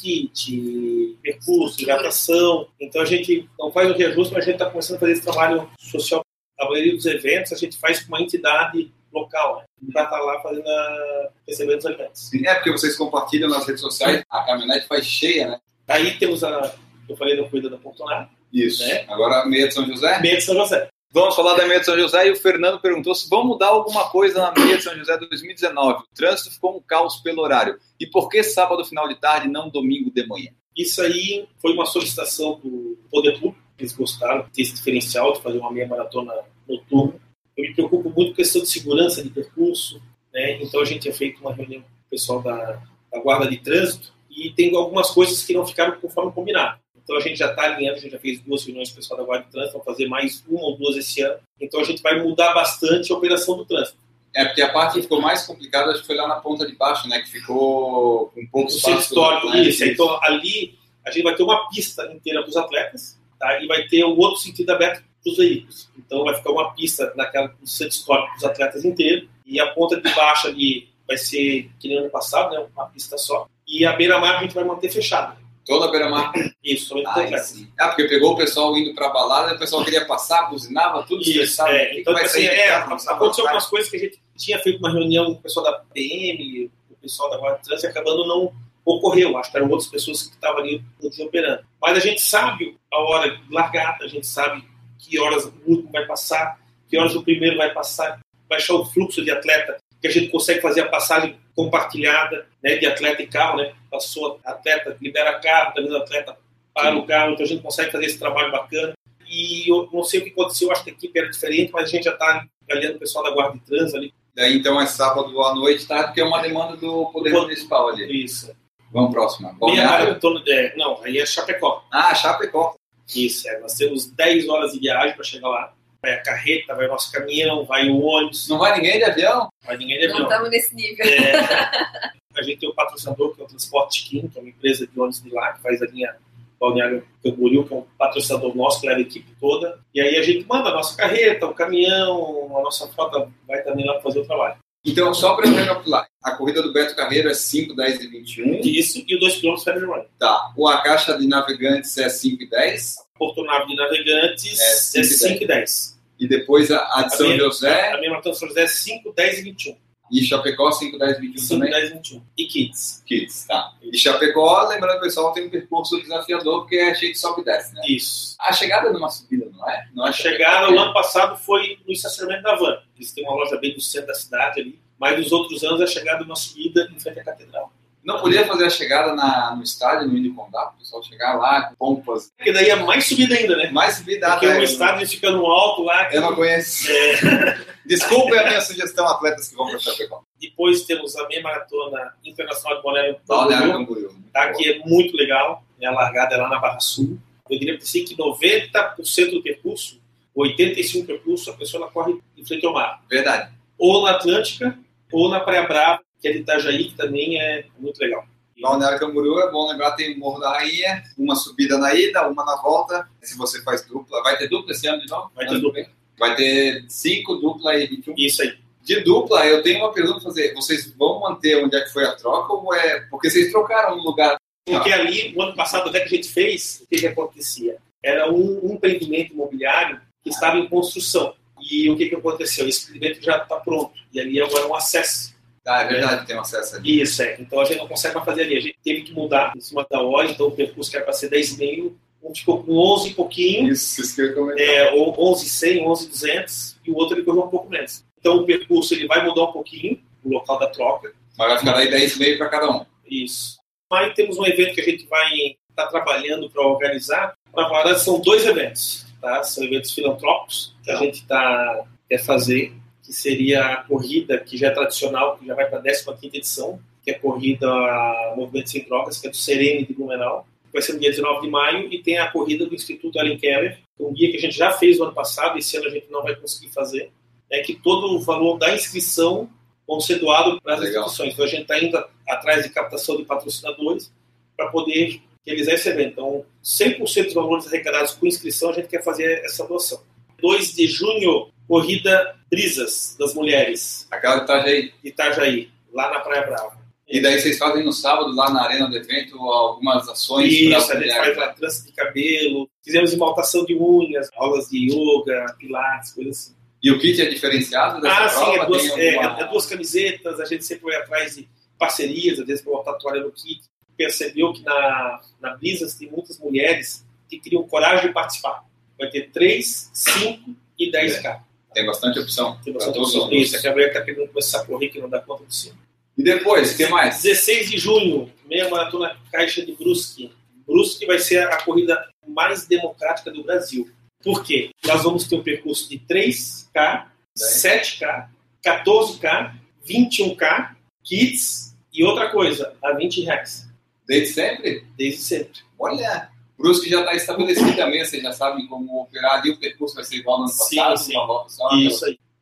Speaker 4: kit, percurso, hidratação. Então a gente não faz o reajuste, mas a gente está começando a fazer esse trabalho social. A maioria dos eventos a gente faz com uma entidade local, né? Para estar lá fazendo a... recebendo os alimentos.
Speaker 3: É, porque vocês compartilham nas redes sociais, a caminhonete faz cheia, né?
Speaker 4: Aí temos a... Eu falei da corrida da Porto Nave.
Speaker 3: Isso.
Speaker 4: Né?
Speaker 3: Agora a meia de São José?
Speaker 4: Meia de São José.
Speaker 3: Vamos falar da meia de São José e o Fernando perguntou se vão mudar alguma coisa na meia de São José de dois mil e dezenove. O trânsito ficou um caos pelo horário. E por que sábado final de tarde e não domingo de manhã?
Speaker 4: Isso aí foi uma solicitação do Poder Público. Eles gostaram de ter esse diferencial de fazer uma meia maratona noturna. Eu me preocupo muito com a questão de segurança de percurso, né? Então a gente tinha feito uma reunião com o pessoal da, da Guarda de Trânsito e tem algumas coisas que não ficaram conforme combinado. Então a gente já está alinhando, a gente já fez duas reuniões com o pessoal da Guarda de Trânsito, vamos fazer mais uma ou duas esse ano. Então a gente vai mudar bastante a operação do trânsito.
Speaker 3: É, porque a parte que ficou mais complicada acho que foi lá na ponta de baixo, né? Que ficou com um pouco
Speaker 4: de espaço. Histórico,
Speaker 3: né?
Speaker 4: Isso. Então, ali, a gente vai ter uma pista inteira para os atletas, tá? E vai ter o outro sentido aberto para os veículos. Então, vai ficar uma pista naquela, no centro histórico para os atletas inteiro. E a ponta de baixo ali vai ser, que nem ano passado, né? Uma pista só. E a beira-mar a gente vai manter fechada.
Speaker 3: Toda a beira-mar?
Speaker 4: Isso, somente
Speaker 3: ah, sim. Ah, porque pegou o pessoal indo pra balada, o pessoal queria passar, buzinava, tudo estressado.
Speaker 4: É, então, assim, é, aconteceu algumas coisas que a gente tinha feito uma reunião com o pessoal da P M, o pessoal da Guarda de Trânsito, e acabando não ocorreu. Acho que eram outras pessoas que estavam ali operando. Mas a gente sabe a hora de largada, a gente sabe que horas o último vai passar, que horas o primeiro vai passar, baixar o fluxo de atleta, que a gente consegue fazer a passagem compartilhada, né, de atleta e carro, né? Passou atleta, libera carro, também atleta para Sim. o carro, então a gente consegue fazer esse trabalho bacana. E eu não sei o que aconteceu, acho que a equipe era diferente, mas a gente já está olhando o pessoal da Guarda de Trânsito ali.
Speaker 3: Daí então é sábado à noite, tá? Porque é uma demanda do Poder do Municipal ali.
Speaker 4: Isso.
Speaker 3: Vamos próxima.
Speaker 4: É, não, aí é Chapecó.
Speaker 3: Ah, Chapecó.
Speaker 4: Isso, é. Nós temos dez horas de viagem para chegar lá. Vai a carreta, vai o nosso caminhão, vai o ônibus.
Speaker 3: Não vai ninguém de avião?
Speaker 4: Vai ninguém de avião.
Speaker 5: Não estamos nesse nível.
Speaker 4: É, a gente tem um patrocinador, que é o Transporte Tiquinho, que é uma empresa de ônibus de lá, que faz a linha Balneário Camboriú, que é um patrocinador nosso, que leva a equipe toda. E aí a gente manda a nossa carreta, o caminhão, a nossa frota vai também lá para fazer o trabalho.
Speaker 3: Então, só para eu recapitular, a corrida do Beto Carreiro é cinco, dez e vinte e um.
Speaker 4: Isso, e o dois quilômetros Ferry Run.
Speaker 3: Tá. O A Caixa de Navegantes é cinco e dez.
Speaker 4: Porto Nave de Navegantes é cinco e dez.
Speaker 3: E depois a, a de a São minha, José...
Speaker 4: A minha maratona de São José é cinco, dez e vinte e um.
Speaker 3: E Chapecó, cinco, dez e vinte e um também?
Speaker 4: cinco, dez e vinte e um. E Kids.
Speaker 3: Kids, tá. E Chapecó, lembrando, pessoal, tem um percurso desafiador, porque é cheio de sobe e desce, né?
Speaker 4: Isso.
Speaker 3: A chegada numa subida, não é? Não é
Speaker 4: a chegada, o ano passado, foi no estacionamento da Van. Eles têm uma loja bem no centro da cidade ali. Mas nos outros anos, a chegada é uma subida em frente à catedral.
Speaker 3: Não podia fazer a chegada na, no estádio, no Indicondá, o pessoal chegar lá com pompas.
Speaker 4: Porque daí é mais subida ainda, né?
Speaker 3: Mais subida.
Speaker 4: Porque o estádio fica no alto lá.
Speaker 3: Que... Eu não conheço. É... Desculpa a minha sugestão, atletas que vão para Chapecó.
Speaker 4: Depois temos a meia maratona internacional de Balneário
Speaker 3: Camboriú,
Speaker 4: tá, que é muito legal. A largada é lá na Barra Sul. Eu diria para você que noventa por cento do percurso, oitenta e cinco por cento do percurso, a pessoa ela corre em frente ao mar.
Speaker 3: Verdade.
Speaker 4: Ou na Atlântica, ou na Praia Brava, que é de Itajaí, que também é muito legal.
Speaker 3: Balneário Camboriú, é bom lembrar, tem o Morro da Rainha, uma subida na ida, uma na volta. Se você faz dupla, vai ter dupla esse ano de novo?
Speaker 4: Vai ter dupla.
Speaker 3: Vai ter cinco dupla e vinte e um.
Speaker 4: Isso aí.
Speaker 3: De dupla, eu tenho uma pergunta para fazer. Vocês vão manter onde é que foi a troca ou é... Porque vocês trocaram um lugar...
Speaker 4: Porque ali, o ano passado, até que a gente fez, o que, que acontecia? Era um, um empreendimento imobiliário que estava em construção. E o que, que aconteceu? Esse empreendimento já está pronto. E ali agora é um acesso.
Speaker 3: Ah, é verdade, é. Tem um acesso ali.
Speaker 4: Isso, é. Então a gente não consegue mais fazer ali. A gente teve que mudar em cima da hora, então o percurso que era para ser dez e meio, um ficou com onze e pouquinho.
Speaker 3: Isso, isso que eu ia comentar.
Speaker 4: É, ou onze e cem, onze e duzentos, e o outro ele correu um pouco menos. Então o percurso ele vai mudar um pouquinho, o local da troca.
Speaker 3: Mas vai ficar aí dez e meio para cada um.
Speaker 4: Isso. Aí temos um evento que a gente vai estar tá trabalhando para organizar. Na verdade, são dois eventos, tá? São eventos filantrópicos que a gente tá, quer fazer, que seria a corrida, que já é tradicional, que já vai para a décima quinta edição, que é a corrida Movimento Sem Drogas, que é do Serene de Blumenau. Vai ser no dia dezenove de maio, e tem a corrida do Instituto Ellen Keller, que é um guia que a gente já fez no ano passado, esse ano a gente não vai conseguir fazer, é que todo o valor da inscrição vão ser doado para as instituições. Então a gente está indo atrás de captação de patrocinadores para poder realizar esse evento. Então, cem por cento dos valores arrecadados com inscrição, a gente quer fazer essa doação. dois de junho, corrida Brisas das Mulheres.
Speaker 3: Aquela de Itajaí.
Speaker 4: Itajaí, lá na Praia Brava.
Speaker 3: E daí vocês fazem no sábado, lá na arena do evento, algumas ações?
Speaker 4: Isso, a gente faz a trança de cabelo, fizemos esmaltação de unhas, aulas de yoga, pilates, coisas assim.
Speaker 3: E o kit é diferenciado dessa
Speaker 4: ah,
Speaker 3: prova?
Speaker 4: Sim, é duas,
Speaker 3: alguma...
Speaker 4: é, é duas camisetas, a gente sempre vai atrás de parcerias, às vezes para botar a toalha no kit. Percebeu que na, na Brisas tem muitas mulheres que criam coragem de participar. Vai ter três, cinco e dez K.
Speaker 3: Tem bastante opção.
Speaker 4: Tem bastante opção. Isso, a mulher está querendo começar a correr que não dá conta do cinco.
Speaker 3: E depois, o que mais?
Speaker 4: dezesseis de junho, meia maratona Caixa de Brusque. Brusque vai ser a corrida mais democrática do Brasil. Por quê? Nós vamos ter um percurso de três K, sete K, quatorze K, vinte e um K, kits e outra coisa, a vinte reais.
Speaker 3: Desde sempre?
Speaker 4: Desde sempre.
Speaker 3: Olha, Brusque já está estabelecido também, vocês já sabem como operar ali, o percurso vai ser igual no ano
Speaker 4: sim,
Speaker 3: passado,
Speaker 4: sim.
Speaker 3: uma volta só.
Speaker 4: Isso aí.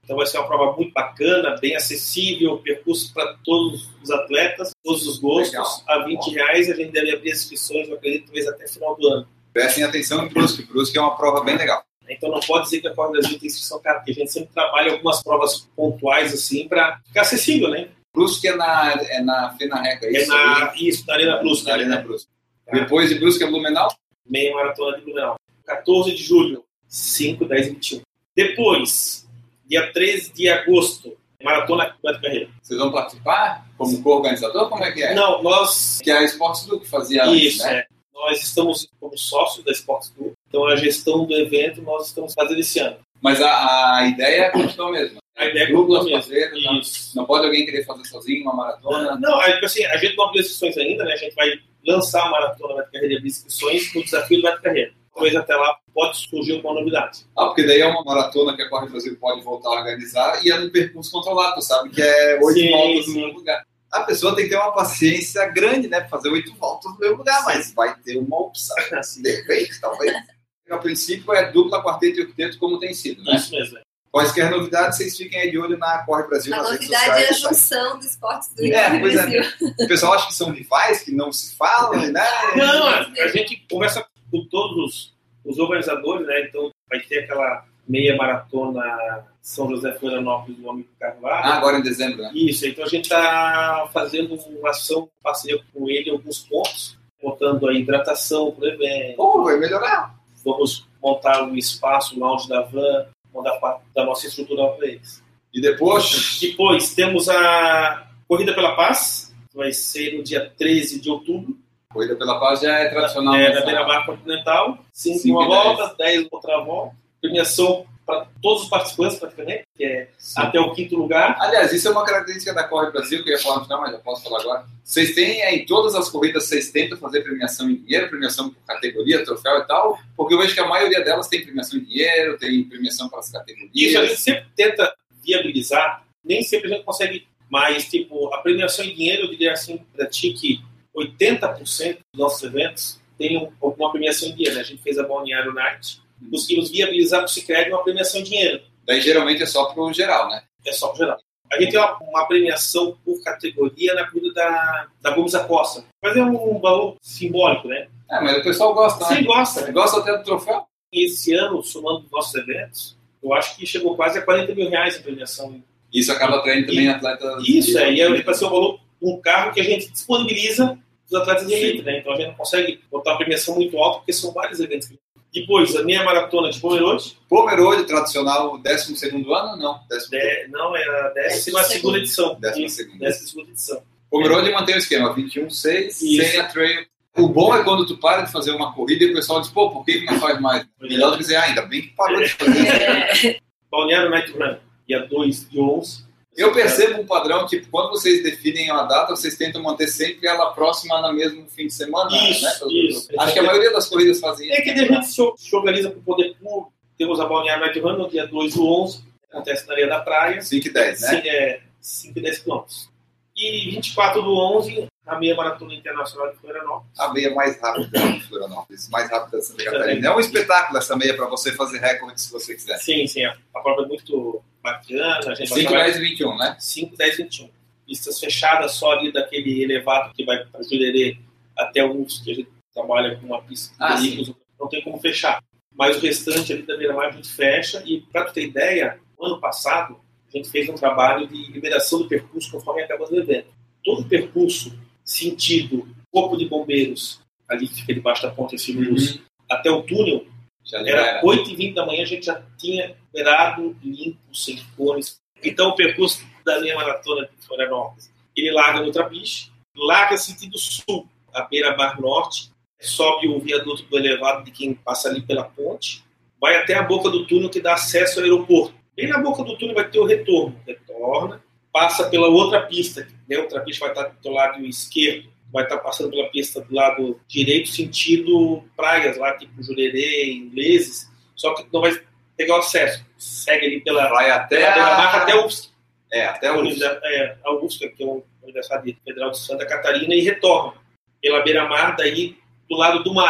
Speaker 4: Então vai ser uma prova muito bacana, bem acessível, percurso para todos os atletas, todos os gostos, Legal. a vinte reais. A gente deve abrir as inscrições, eu acredito, talvez até final do ano.
Speaker 3: Prestem atenção em Brusque, Brusque é uma prova bem legal.
Speaker 4: Então não pode dizer que a Corre Brasil tem inscrição cara, porque a gente sempre trabalha algumas provas pontuais assim para ficar acessível, né?
Speaker 3: Brusque é na, é na FENARRECA, é isso?
Speaker 4: É na, isso, na Arena Brusque.
Speaker 3: Na Arena Brusque. Tá. Depois de Brusque é Blumenau?
Speaker 4: Meia maratona de Blumenau. quatorze de julho, cinco, dez e vinte e um. Depois, dia treze de agosto, maratona Beto Carreiro.
Speaker 3: Vocês vão participar como co-organizador? Como é que é?
Speaker 4: Não, nós...
Speaker 3: Que é a Esportes Du que fazia
Speaker 4: isso,
Speaker 3: antes, né?
Speaker 4: é. Nós estamos como sócios da Esportes Du, então a gestão do evento nós estamos fazendo esse ano.
Speaker 3: Mas a, a ideia é continua mesmo.
Speaker 4: A ideia é continua mesmo.
Speaker 3: Não, não pode alguém querer fazer sozinho uma maratona?
Speaker 4: Não, assim, a gente não abriu inscrições ainda, né? A gente vai lançar a maratona Beto Carreiro e abrir inscrições no desafio do Beto Carreiro. Talvez até lá pode surgir alguma novidade.
Speaker 3: Ah, porque daí é uma maratona que a Corre Brasil pode voltar a organizar e é no percurso controlado, tu sabe? Que é oito sim, voltas sim. no mesmo lugar. A pessoa tem que ter uma paciência grande, né? Para fazer oito voltas no mesmo lugar, mas vai ter uma opção. Assim, de repente, talvez. A princípio é dupla, quarteto e octeto, como tem sido, né?
Speaker 4: Isso mesmo.
Speaker 3: Quaisquer novidades, vocês fiquem aí de olho na Corre Brasil.
Speaker 5: A
Speaker 3: nas
Speaker 5: novidade
Speaker 3: redes sociais,
Speaker 5: é a junção dos esportes do
Speaker 3: é, pois é. O pessoal acha que são rivais, que não se falam, né?
Speaker 4: Não, a gente conversa com todos os, os organizadores, né? Então vai ter aquela meia maratona São José Florianópolis do Amigo Carvalho.
Speaker 3: Ah, agora em dezembro, né?
Speaker 4: Isso, então a gente está fazendo uma ação, parceria com ele em alguns pontos, botando a hidratação para o evento.
Speaker 3: Pô, vai melhorar.
Speaker 4: Vamos montar um espaço, o lounge da van, mandar parte da nossa estrutura para eles.
Speaker 3: E depois?
Speaker 4: Depois temos a Corrida pela Paz, que vai ser no dia treze de outubro.
Speaker 3: Corrida pela Paz já é tradicional.
Speaker 4: É, na beira-mar continental. cinco uma volta, dez outra volta. Premiação para todos os participantes, praticamente, que é Sim. até o quinto lugar.
Speaker 3: Aliás, isso é uma característica da Corre Brasil, que eu ia falar no final, mas já posso falar agora. Vocês têm, em todas as corridas, vocês tentam fazer premiação em dinheiro, premiação por categoria, troféu e tal, porque eu vejo que a maioria delas tem premiação em dinheiro, tem premiação para as categorias.
Speaker 4: Isso a gente sempre tenta viabilizar, nem sempre a gente consegue, mas, tipo, a premiação em dinheiro, eu diria assim, para ti que oitenta por cento dos nossos eventos tem alguma premiação em dinheiro, né? A gente fez a Balneário Night, conseguimos viabilizar para o Sicredi uma premiação em dinheiro.
Speaker 3: Daí geralmente é só para o geral, né?
Speaker 4: É só para o geral. A gente tem uma, uma premiação por categoria na corrida da, da Gomes da Costa. Mas é um valor simbólico, né?
Speaker 3: É, mas o pessoal gosta, né?
Speaker 4: Sim, gosta.
Speaker 3: Gosta até do troféu.
Speaker 4: E esse ano, somando os nossos eventos, eu acho que chegou quase a quarenta mil reais em premiação.
Speaker 3: Isso acaba atraindo também atletas...
Speaker 4: Isso, é. E é para ser um valor, um carro que a gente disponibiliza para os atletas de elite, né? Então a gente não consegue botar uma premiação muito alta, porque são vários eventos que... Depois, a minha maratona de Pomerode.
Speaker 3: Pomerode, tradicional, décimo segundo ano? Não, décimo...
Speaker 4: De, não, é a décima segunda edição.
Speaker 3: Décima segunda.
Speaker 4: Décima segunda edição.
Speaker 3: Pomerode mantém o esquema, vinte e um, seis, sem a trail. O bom é quando tu para de fazer uma corrida e o pessoal diz, pô, por que não faz mais? Melhor do que dizer, ah, ainda bem que parou de fazer.
Speaker 4: Balneário Night Run, dia dois de onze.
Speaker 3: Eu percebo um padrão, tipo, quando vocês definem uma data, vocês tentam manter sempre ela próxima no mesmo fim de semana,
Speaker 4: isso,
Speaker 3: né?
Speaker 4: Isso.
Speaker 3: Acho que a maioria das corridas fazem isso.
Speaker 4: É que a gente se organiza para o poder público. Temos a Balneário Night Run no dia dois do onze, acontece na areia da praia.
Speaker 3: cinco e dez, né?
Speaker 4: Sim, é cinco e dez quilômetros. E vinte e quatro do onze, a meia maratona internacional de Florianópolis.
Speaker 3: A meia mais rápida de Florianópolis, mais rápida de Santa Catarina. É um espetáculo essa meia para você fazer recorde se você quiser.
Speaker 4: Sim, sim. A prova é muito bacana.
Speaker 3: cinco, dez e vinte e um, né?
Speaker 4: cinco, dez e vinte e um. Pistas fechadas só ali daquele elevado que vai para Jurerê até o U F S, que a gente trabalha com uma pista de
Speaker 3: ah,
Speaker 4: veículos, sim. Não tem como fechar. Mas o restante ali da beira-mar a gente fecha. E para tu ter ideia, no ano passado, a gente fez um trabalho de liberação do percurso conforme acabou do evento. Todo o percurso sentido Corpo de Bombeiros, ali que fica debaixo da ponte de Luz, uhum. até o túnel, já era oito e vinte da manhã, a gente já tinha liberado, limpo, sem cones. Então o percurso da minha maratona de Florianópolis, ele larga no Trapiche, larga sentido sul, a beira-mar norte, sobe o viaduto do elevado de quem passa ali pela ponte, vai até a boca do túnel que dá acesso ao aeroporto. Bem na boca do túnel vai ter o retorno. Retorna, passa pela outra pista, né? Outra pista vai estar do lado esquerdo, vai estar passando pela pista do lado direito, sentido praias lá, tipo Jurerê, Ingleses, só que não vai pegar o acesso. Segue ali pela...
Speaker 3: Vai até
Speaker 4: pela
Speaker 3: a...
Speaker 4: marca até o U F S.
Speaker 3: É, até o U F S.
Speaker 4: É, a U F S, que é a Universidade Federal de Santa Catarina, e retorna pela beira-mar, daí do lado do mar.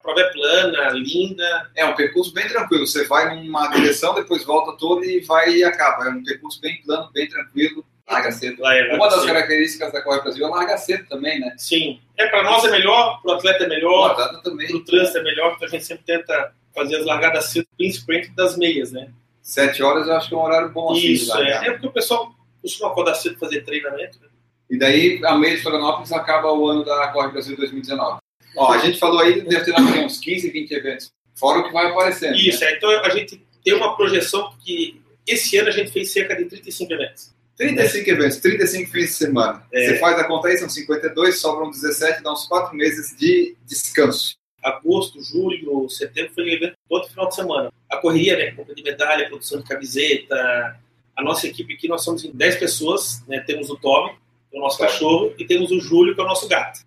Speaker 4: prova é plana, linda.
Speaker 3: É um percurso bem tranquilo. Você vai numa direção, depois volta toda e vai e acaba. É um percurso bem plano, bem tranquilo. Larga cedo.
Speaker 4: Lá é, larga
Speaker 3: Uma das
Speaker 4: cedo.
Speaker 3: características da Corre Brasil é largar cedo também, né?
Speaker 4: Sim. É, para nós é melhor, para o atleta é
Speaker 3: O
Speaker 4: melhor,
Speaker 3: atleta também.
Speaker 4: para o trânsito é melhor, então a gente sempre tenta fazer as largadas cedo, principalmente das meias, né?
Speaker 3: Sete horas eu acho que é um horário bom assim.
Speaker 4: Isso,
Speaker 3: de largar.
Speaker 4: é. É porque o pessoal costuma acordar cedo fazer treinamento, né?
Speaker 3: E daí, a meia de Florianópolis acaba o ano da Corre Brasil dois mil e dezenove. Ó, a gente falou aí, deve ter uns quinze, vinte eventos. Fora o que vai aparecendo.
Speaker 4: Isso,
Speaker 3: né?
Speaker 4: é. Então a gente tem uma projeção que esse ano a gente fez cerca de trinta e cinco eventos.
Speaker 3: trinta e cinco eventos, trinta e cinco fins de semana.
Speaker 4: É.
Speaker 3: Você faz a conta aí, são cinquenta e dois, sobram dezessete, dá uns quatro meses de descanso.
Speaker 4: Agosto, julho, setembro foi um evento todo final de semana. A correria, né? Compra de medalha, produção de camiseta. A nossa equipe aqui, nós somos em dez pessoas, né? Temos o Tommy, que é o nosso
Speaker 3: É.
Speaker 4: cachorro, e temos o Júlio, que é o nosso gato.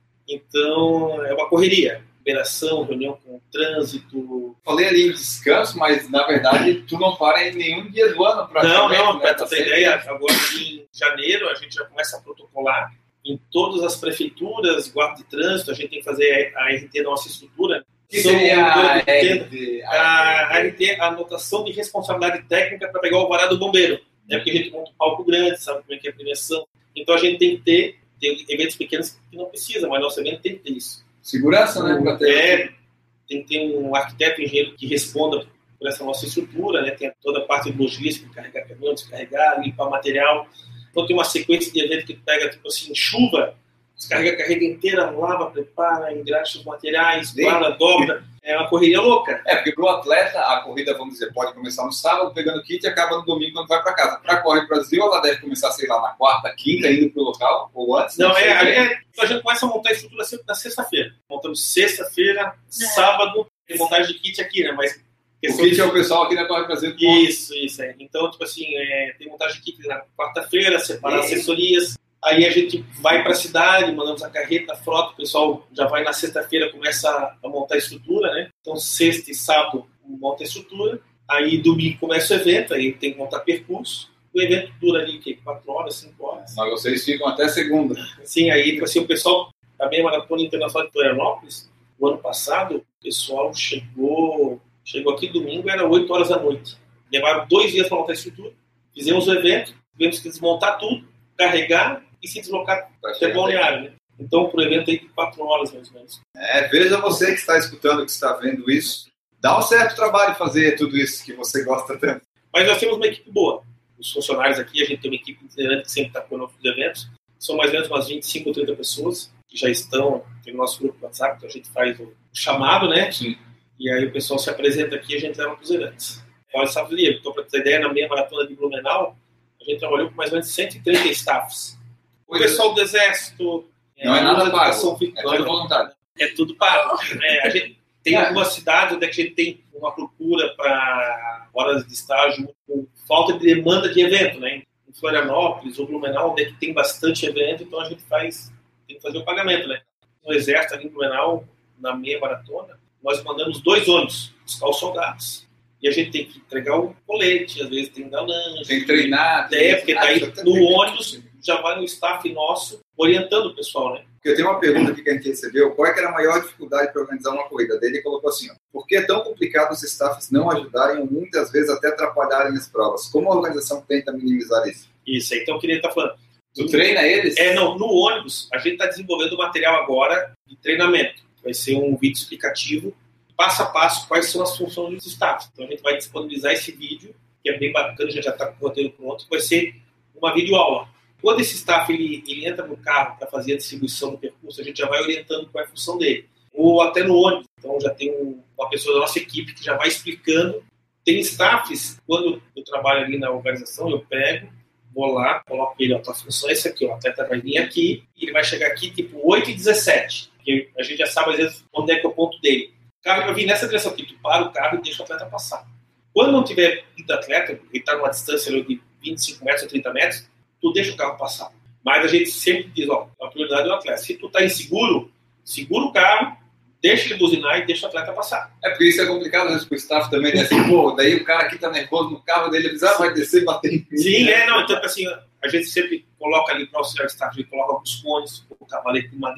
Speaker 4: Então, é uma correria. Liberação, reunião com o trânsito.
Speaker 3: Falei ali em descanso, mas na verdade tu não para em nenhum dia do ano pra
Speaker 4: Não, não,
Speaker 3: né?
Speaker 4: para
Speaker 3: Tá
Speaker 4: ter
Speaker 3: sempre-
Speaker 4: ideia, agora em janeiro a gente já começa a protocolar em todas as prefeituras, guarda de trânsito, a gente tem que fazer a R T da nossa estrutura.
Speaker 3: Que
Speaker 4: São
Speaker 3: seria a
Speaker 4: dois-
Speaker 3: R D?
Speaker 4: a R T, a anotação de responsabilidade técnica para pegar o alvará do bombeiro. Né? Porque a gente monta um palco grande, sabe como é que é a prevenção. Então a gente tem que ter, tem eventos pequenos que não precisa, mas nosso evento tem que ter isso.
Speaker 3: Segurança, né? Pra ter...
Speaker 4: É, tem que ter um arquiteto, um engenheiro que responda por essa nossa estrutura, né? Tem toda a parte de logística, carregar caminhão, descarregar, limpar material. Então tem uma sequência de evento que pega, tipo assim, chuva, descarrega a carrega inteira, lava, prepara, engraxa os materiais, guarda, dobra. É uma correria louca.
Speaker 3: É, porque pro atleta a corrida, vamos dizer, pode começar no sábado, pegando kit e acaba no domingo quando vai pra casa. Pra Corre Brasil, ela deve começar, sei lá, na quarta, quinta, indo pro local, ou antes.
Speaker 4: Não,
Speaker 3: sei.
Speaker 4: é, é, a gente começa a montar a estrutura sempre na sexta-feira. Montamos sexta-feira, sábado, tem montagem de kit aqui, né? Mas
Speaker 3: O kit é o pessoal aqui da Corre Brasil que monta.
Speaker 4: Isso, isso. É. Então, tipo assim, é, tem montagem de kit na quarta-feira, separar assessorias. Aí a gente vai para a cidade, mandamos a carreta, a frota, o pessoal já vai na sexta-feira, começa a montar a estrutura, né? Então, sexta e sábado monta a estrutura. Aí, domingo começa o evento, aí tem que montar percurso. O evento dura ali, que quatro horas, cinco horas.
Speaker 3: Mas vocês ficam até segunda.
Speaker 4: Sim, aí, tipo assim, o pessoal, a meia maratona internacional de Florianópolis, o ano passado, o pessoal chegou, chegou aqui domingo, era oito horas da noite. Levaram dois dias para montar a estrutura, fizemos o evento, tivemos que desmontar tudo, carregar e se deslocar até Balneário, né? Então, pro evento aí, quatro horas mais ou menos.
Speaker 3: É, veja você que está escutando, que está vendo isso. Dá um certo trabalho fazer tudo isso que você gosta tanto.
Speaker 4: Mas nós temos uma equipe boa. Os funcionários aqui, a gente tem uma equipe itinerante que sempre está com os eventos. São mais ou menos umas vinte e cinco ou trinta pessoas que já estão no nosso grupo WhatsApp, então a gente faz o chamado, né?
Speaker 3: Sim.
Speaker 4: E aí o pessoal se apresenta aqui e a gente leva para os eventos. Olha, sabe, livre. Então, para ter ideia, na meia maratona de Blumenau, a gente trabalhou com mais ou menos cento e trinta staffs. O pessoal do Exército...
Speaker 3: Não é nada
Speaker 4: educação
Speaker 3: pago, é tudo voluntário.
Speaker 4: É tudo pago. É, a gente tem
Speaker 3: É.
Speaker 4: algumas cidades onde a gente tem uma procura para horas de estágio com falta de demanda de evento, né? Em Florianópolis ou Blumenau, onde é que tem bastante evento, então a gente faz, tem que fazer o pagamento, né? No Exército, ali em Blumenau, na meia maratona, nós mandamos dois ônibus buscar os soldados. E a gente tem que entregar o colete, às vezes tem que dar lanche.
Speaker 3: Tem que treinar.
Speaker 4: É, porque
Speaker 3: Ah,
Speaker 4: daí
Speaker 3: isso até
Speaker 4: no
Speaker 3: tem-
Speaker 4: ônibus já vai um staff nosso orientando o pessoal, né?
Speaker 3: Porque eu tenho uma pergunta aqui que a gente recebeu. Qual é que era a maior dificuldade para organizar uma corrida? Daí ele colocou assim, ó, por que é tão complicado os staffs não ajudarem ou muitas vezes até atrapalharem as provas? Como a organização tenta minimizar isso?
Speaker 4: Isso, então eu queria estar falando.
Speaker 3: Tu treina eles?
Speaker 4: É, não, no ônibus, a gente está desenvolvendo material agora de treinamento. Vai ser um vídeo explicativo, passo a passo, quais são as funções dos staff. Então a gente vai disponibilizar esse vídeo, que é bem bacana, a gente já está com o roteiro pronto, vai ser uma videoaula. Quando esse staff ele, ele entra no carro para fazer a distribuição do percurso, a gente já vai orientando qual é a função dele. Ou até no ônibus, então já tem um, uma pessoa da nossa equipe que já vai explicando. Tem staffs, quando eu trabalho ali na organização, eu pego, vou lá, coloco ele, ó, a tua função é essa aqui, ó, o atleta vai vir aqui, e ele vai chegar aqui tipo oito e dezessete, porque a gente já sabe às vezes onde é que é o ponto dele. O carro vai vir nessa direção aqui, tu para o carro e deixa o atleta passar. Quando não tiver ido atleta, ele está numa distância de vinte e cinco metros ou trinta metros, tu deixa o carro passar. Mas a gente sempre diz, ó, a prioridade é o atleta. Se tu está inseguro, segura o carro, deixa ele buzinar e deixa o atleta passar.
Speaker 3: É porque isso é complicado às vezes pro staff também, né? Assim, pô, daí o cara aqui tá nervoso no carro dele, ele diz, ah, vai descer, bater em mim.
Speaker 4: Sim, é, não, então assim, a gente sempre coloca ali para auxiliar o staff, a gente coloca os cones, o cavalete de madeira,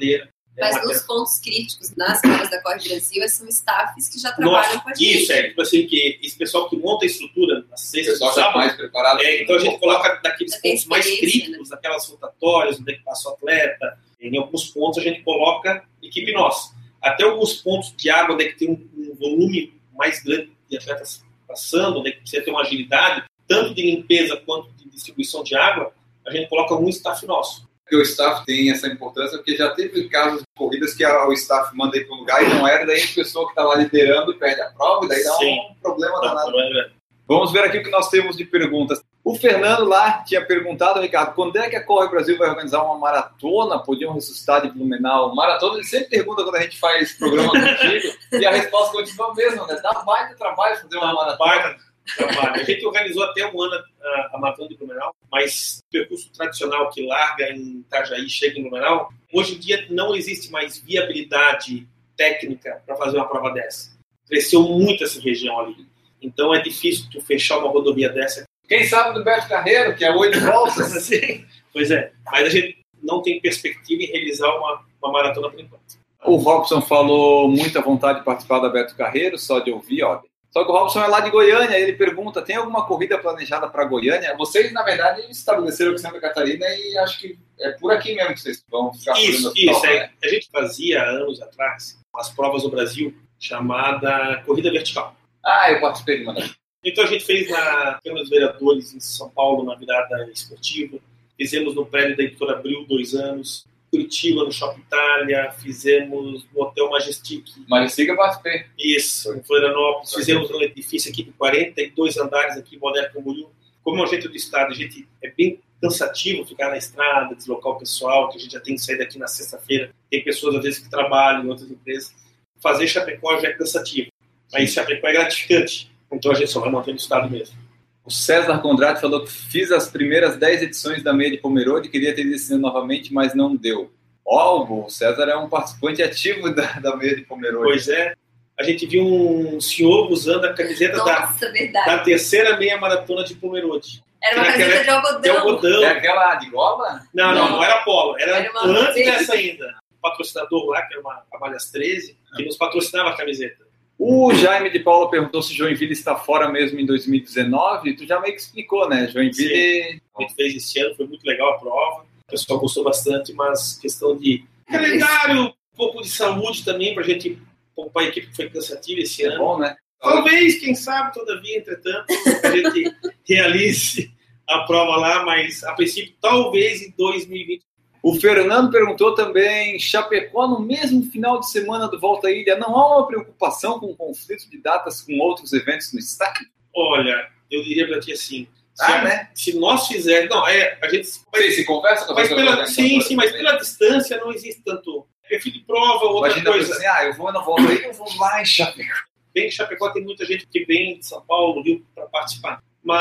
Speaker 5: Mas
Speaker 4: é
Speaker 5: nos pontos críticos, nas provas da Corre Brasil, são staffs que já trabalham
Speaker 4: Nossa,
Speaker 5: com a gente.
Speaker 4: Isso, é. Tipo assim, que esse pessoal que monta a estrutura na sexta,
Speaker 3: O pessoal já mais preparado.
Speaker 4: É, então a gente coloca daqueles
Speaker 5: Já tem
Speaker 4: pontos mais
Speaker 5: experiência,
Speaker 4: críticos, daquelas rotatórias, onde é que passa o atleta. Em alguns pontos a gente coloca equipe nossa. Até alguns pontos de água, onde é que tem um, um volume mais grande de atletas passando, onde é que precisa ter uma agilidade, tanto de limpeza quanto de distribuição de água, a gente coloca um staff nosso.
Speaker 3: Porque o staff tem essa importância, porque já teve casos de corridas que o staff manda ir para um lugar e não era, daí a pessoa que está lá liderando perde a prova, e daí dá
Speaker 4: Sim.
Speaker 3: um problema
Speaker 4: Não,
Speaker 3: danado.
Speaker 4: não é
Speaker 3: Vamos ver aqui o que nós temos de perguntas. O Fernando lá tinha perguntado, Ricardo, quando é que a Corre Brasil vai organizar uma maratona? Podiam ressuscitar de Blumenau? Maratona, ele sempre pergunta quando a gente faz programa contigo, e a resposta continua a mesma, né? Dá baita trabalho fazer uma maratona.
Speaker 4: Baita trabalho. A gente organizou até um ano a, a maratona de Blumenau, mas o percurso tradicional que larga em Itajaí chega em Blumenau, hoje em dia não existe mais viabilidade técnica para fazer uma prova dessa. Cresceu muito essa região ali. Então é difícil tu fechar uma rodovia dessa.
Speaker 3: Quem sabe do Beto Carreiro, que é oito voltas?
Speaker 4: Assim, pois é, mas a gente não tem perspectiva em realizar uma, uma maratona por enquanto.
Speaker 3: O Robson falou muita vontade de participar da Beto Carreiro, só de ouvir, ó. Só que o Robson é lá de Goiânia, ele pergunta, tem alguma corrida planejada para Goiânia? Vocês, na verdade, estabeleceram que Santa Catarina e acho que é por aqui mesmo que vocês vão ficar
Speaker 4: Isso,
Speaker 3: fazendo
Speaker 4: isso.
Speaker 3: prova,
Speaker 4: É.
Speaker 3: né?
Speaker 4: A gente fazia, anos atrás, umas provas no Brasil chamada Corrida Vertical.
Speaker 3: Ah, eu participei de uma das.
Speaker 4: Então a gente fez na Câmara dos Vereadores em São Paulo, na virada esportiva. Fizemos no prédio da Editora Abril, dois anos. Curitiba, no Shopping Itália. Fizemos no Hotel Majestic.
Speaker 3: Majestic eu participei.
Speaker 4: Isso, em Florianópolis. Fizemos um edifício aqui de quarenta e dois andares aqui em Balneário Camboriú. Como é um jeito do estado, a gente é bem cansativo ficar na estrada, deslocar o pessoal, que a gente já tem que sair daqui na sexta-feira. Tem pessoas, às vezes, que trabalham em outras empresas. Fazer Chapecó já é cansativo. Mas Chapecó é gratificante. Então a gente só vai manter no estado mesmo.
Speaker 3: O César Condrati falou que fiz as primeiras dez edições da Meia de Pomerode, queria ter ido novamente, mas não deu. Ó, o César é um participante ativo da, da Meia de Pomerode.
Speaker 4: Pois é. A gente viu um senhor usando a camiseta
Speaker 5: Nossa,
Speaker 4: da,
Speaker 5: verdade.
Speaker 4: da terceira meia maratona de Pomerode.
Speaker 5: Era uma
Speaker 4: Naquela-
Speaker 5: camiseta de algodão.
Speaker 4: De algodão.
Speaker 3: É aquela de gola?
Speaker 4: Não, não, não era polo. Era,
Speaker 5: Era uma
Speaker 4: antes
Speaker 5: camiseta.
Speaker 4: dessa ainda. O patrocinador lá, que era uma a Malhas treze, que nos patrocinava a camiseta.
Speaker 3: O Jaime de Paula perguntou se Joinville está fora mesmo em dois mil e dezenove. Tu já meio que explicou, né? Joinville...
Speaker 4: A gente fez esse ano, foi muito legal a prova. O pessoal gostou bastante, mas questão de calendário, um pouco de saúde também, pra gente poupar a equipe que foi cansativa esse
Speaker 3: É
Speaker 4: ano.
Speaker 3: bom, né?
Speaker 4: Talvez, quem sabe, todavia, entretanto, a gente realize a prova lá, mas a princípio, talvez em dois mil e vinte.
Speaker 3: O Fernando perguntou também, Chapecó no mesmo final de semana do Volta à Ilha, não há uma preocupação com o conflito de datas com outros eventos no estado?
Speaker 4: Olha, eu diria pra ti assim, se,
Speaker 3: Ah,
Speaker 4: a-
Speaker 3: né?
Speaker 4: se nós fizermos... Não, é, a gente...
Speaker 3: Sim, se conversa com a
Speaker 4: Mas
Speaker 3: pessoa
Speaker 4: pela,
Speaker 3: organizadora
Speaker 4: sim, sim, mas
Speaker 3: também.
Speaker 4: pela distância não existe tanto perfil de prova, outra
Speaker 3: Imagina a
Speaker 4: coisa.
Speaker 3: pessoa assim, ah, eu vou na Volta à Ilha, eu vou lá em Chapecó.
Speaker 4: Bem que Chapecó tem muita gente que vem de São Paulo, Rio, para participar.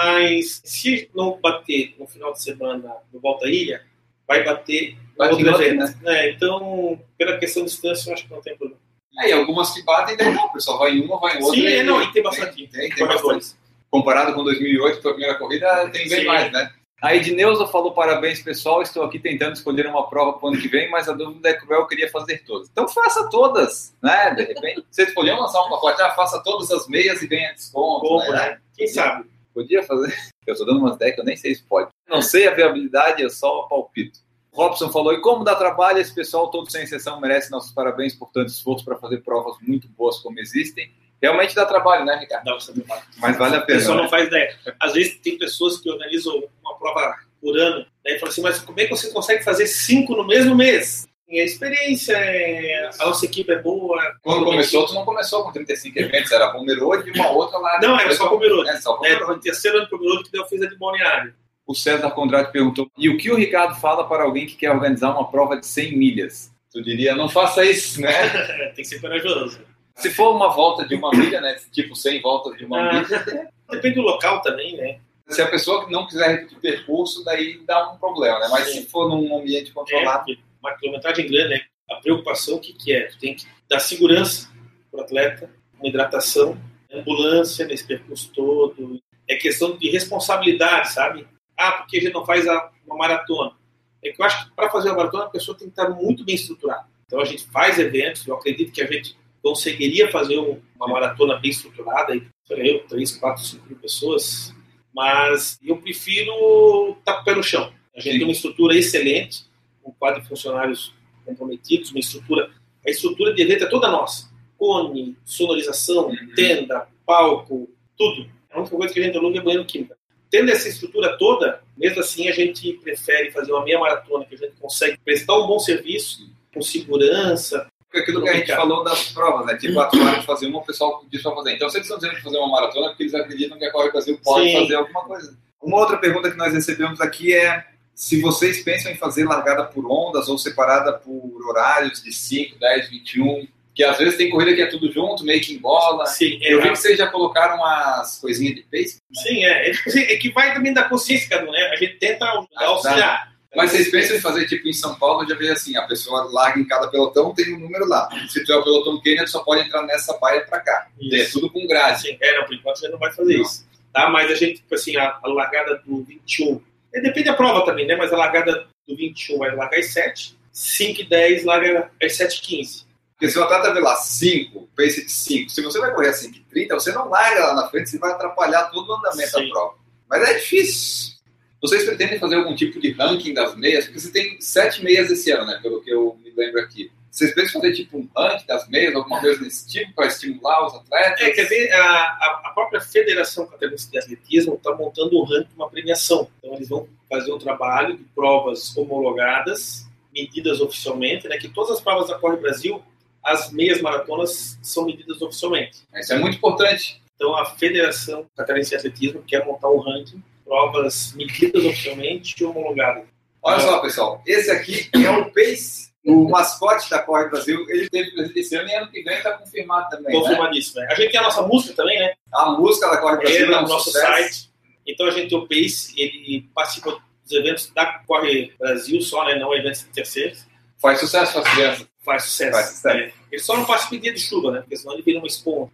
Speaker 4: Mas se não bater no final de semana no Volta à Ilha, vai bater
Speaker 3: Vai
Speaker 4: no outro
Speaker 3: de outro,
Speaker 4: evento. É, então, pela questão de distância, eu acho que não tem problema.
Speaker 3: Aí algumas que batem, daí não, o pessoal vai em uma, vai em outra.
Speaker 4: Sim, é, não, e tem bastante.
Speaker 3: Tem, tem, tem
Speaker 4: corredores.
Speaker 3: bastante. Comparado com dois mil e oito, que foi a primeira corrida, tem bem
Speaker 4: Sim.
Speaker 3: mais, né? A Edneuza falou, parabéns, pessoal, estou aqui tentando escolher uma prova para o ano que vem, mas a dúvida é que eu queria fazer todas. Então faça todas, né? De repente, vocês podiam lançar um pacote, ah, faça todas as meias e ganha desconto,
Speaker 4: Como,
Speaker 3: né?
Speaker 4: né? Quem sabe?
Speaker 3: Podia fazer. Eu estou dando umas ideias que eu nem sei se pode. Não sei a viabilidade, eu só palpito. Robson falou, e como dá trabalho, esse pessoal todo sem exceção merece nossos parabéns por tanto esforço para fazer provas muito boas como existem. Realmente dá trabalho, né, Ricardo?
Speaker 4: Dá pra saber mais.
Speaker 3: Mas vale a
Speaker 4: O
Speaker 3: pena.
Speaker 4: pessoal
Speaker 3: né?
Speaker 4: não faz ideia. Às vezes tem pessoas que organizam uma prova por ano, né, e falam assim, mas como é que você consegue fazer cinco no mesmo mês? E a experiência, é... a nossa equipe é boa.
Speaker 3: Quando começou, tu não começou com trinta e cinco eventos, era Pomerode e uma outra lá.
Speaker 4: Não, era só Pomerode.
Speaker 3: É, só
Speaker 4: É,
Speaker 3: Pomerode.
Speaker 4: no terceiro ano de Pomerode que eu fiz a de Balneário.
Speaker 3: O César Condrati perguntou, e o que o Ricardo fala para alguém que quer organizar uma prova de cem milhas? Tu diria, não faça isso, né?
Speaker 4: Tem que ser corajoso.
Speaker 3: Se for uma volta de uma milha, né? Tipo cem voltas de uma
Speaker 4: Ah,
Speaker 3: milha.
Speaker 4: depende do local também, né?
Speaker 3: Se a pessoa não quiser repetir o percurso, daí dá um problema, né? Mas
Speaker 4: Sim.
Speaker 3: se for num ambiente
Speaker 4: É,
Speaker 3: controlado...
Speaker 4: porque uma quilometragem grande, né? A preocupação, o que, que é? Tu tem que dar segurança para o atleta, uma hidratação, ambulância nesse percurso todo. É questão de responsabilidade, sabe? Ah, porque a gente não faz a, uma maratona. É que eu acho que para fazer uma maratona a pessoa tem que estar muito bem estruturada. Então a gente faz eventos, eu acredito que a gente conseguiria fazer uma maratona bem estruturada, aí, eu, três, quatro, cinco mil pessoas, mas eu prefiro estar com o pé no chão. A gente Sim. tem uma estrutura excelente, um quadro de funcionários comprometidos, uma estrutura, a estrutura de evento é toda nossa. Cone, sonorização, uhum. tenda, palco, tudo. A única coisa que a gente aluga é banheiro químico. Tendo essa estrutura toda, mesmo assim a gente prefere fazer uma meia maratona, que a gente consegue prestar um bom serviço, com segurança.
Speaker 3: Aquilo que a gente falou das provas, né? Tipo, quatro horas de fazer uma, o pessoal diz para fazer. Então, se eles estão dizendo de fazer uma maratona, porque eles acreditam que a Corre Brasil pode Sim. fazer alguma coisa. Uma outra pergunta que nós recebemos aqui é se vocês pensam em fazer largada por ondas ou separada por horários de cinco, dez, vinte e um, que às vezes tem corrida que é tudo junto, meio que em bola.
Speaker 4: Sim,
Speaker 3: é, eu vi que vocês já colocaram as coisinhas de pace.
Speaker 4: Sim, é. É que vai também da consciência, cada um, né? A gente tenta auxiliar.
Speaker 3: Mas vocês pensam em fazer, tipo, em São Paulo, eu já vejo assim, a pessoa larga em cada pelotão, tem um número lá. Se tu é o pelotão Kenya, tu só pode entrar nessa baia pra cá. Isso. É tudo com grade.
Speaker 4: Sim, é, não, por enquanto a gente não vai fazer não. isso. Tá? Mas a gente, tipo assim, a, a largada do vinte e um, é, depende da prova também, né? Mas a largada do vinte e um vai largar às sete, cinco e dez larga às sete e quinze.
Speaker 3: Porque se o atleta vê lá cinco, pace de cinco, se você vai correr a cinco e trinta, você não larga lá na frente, você vai atrapalhar todo o andamento Sim. da prova. Mas é difícil. Vocês pretendem fazer algum tipo de ranking das meias? Porque você tem sete meias esse ano, né? Pelo que eu me lembro aqui. Vocês pensam fazer tipo um ranking das meias, alguma coisa desse tipo, para estimular os atletas?
Speaker 4: É, quer ver, a, a própria Federação Catarinense de Atletismo está montando um ranking, uma premiação. Então eles vão fazer um trabalho de provas homologadas, medidas oficialmente, né? Que todas as provas da Corre Brasil, as meias maratonas são medidas oficialmente.
Speaker 3: Isso é muito importante.
Speaker 4: Então a Federação Catarinense de Atletismo quer montar um ranking, provas medidas oficialmente e homologadas.
Speaker 3: Olha só, pessoal, esse aqui é o Pace, o mascote da Corre Brasil. Ele teve presente esse ano e ano que vem está confirmado também.
Speaker 4: Confirmadíssimo,
Speaker 3: né?
Speaker 4: A gente tem a nossa música também, né?
Speaker 3: A música da Corre Brasil
Speaker 4: é
Speaker 3: no
Speaker 4: um nosso sucesso. site. Então a gente tem o Pace, ele participa dos eventos da Corre Brasil só, né? Não eventos de terceiros.
Speaker 3: Faz sucesso para as crianças.
Speaker 4: Faz sucesso.
Speaker 3: Faz sucesso.
Speaker 4: É. Ele só não participa em dia de chuva, né? Porque senão ele vira uma esponja.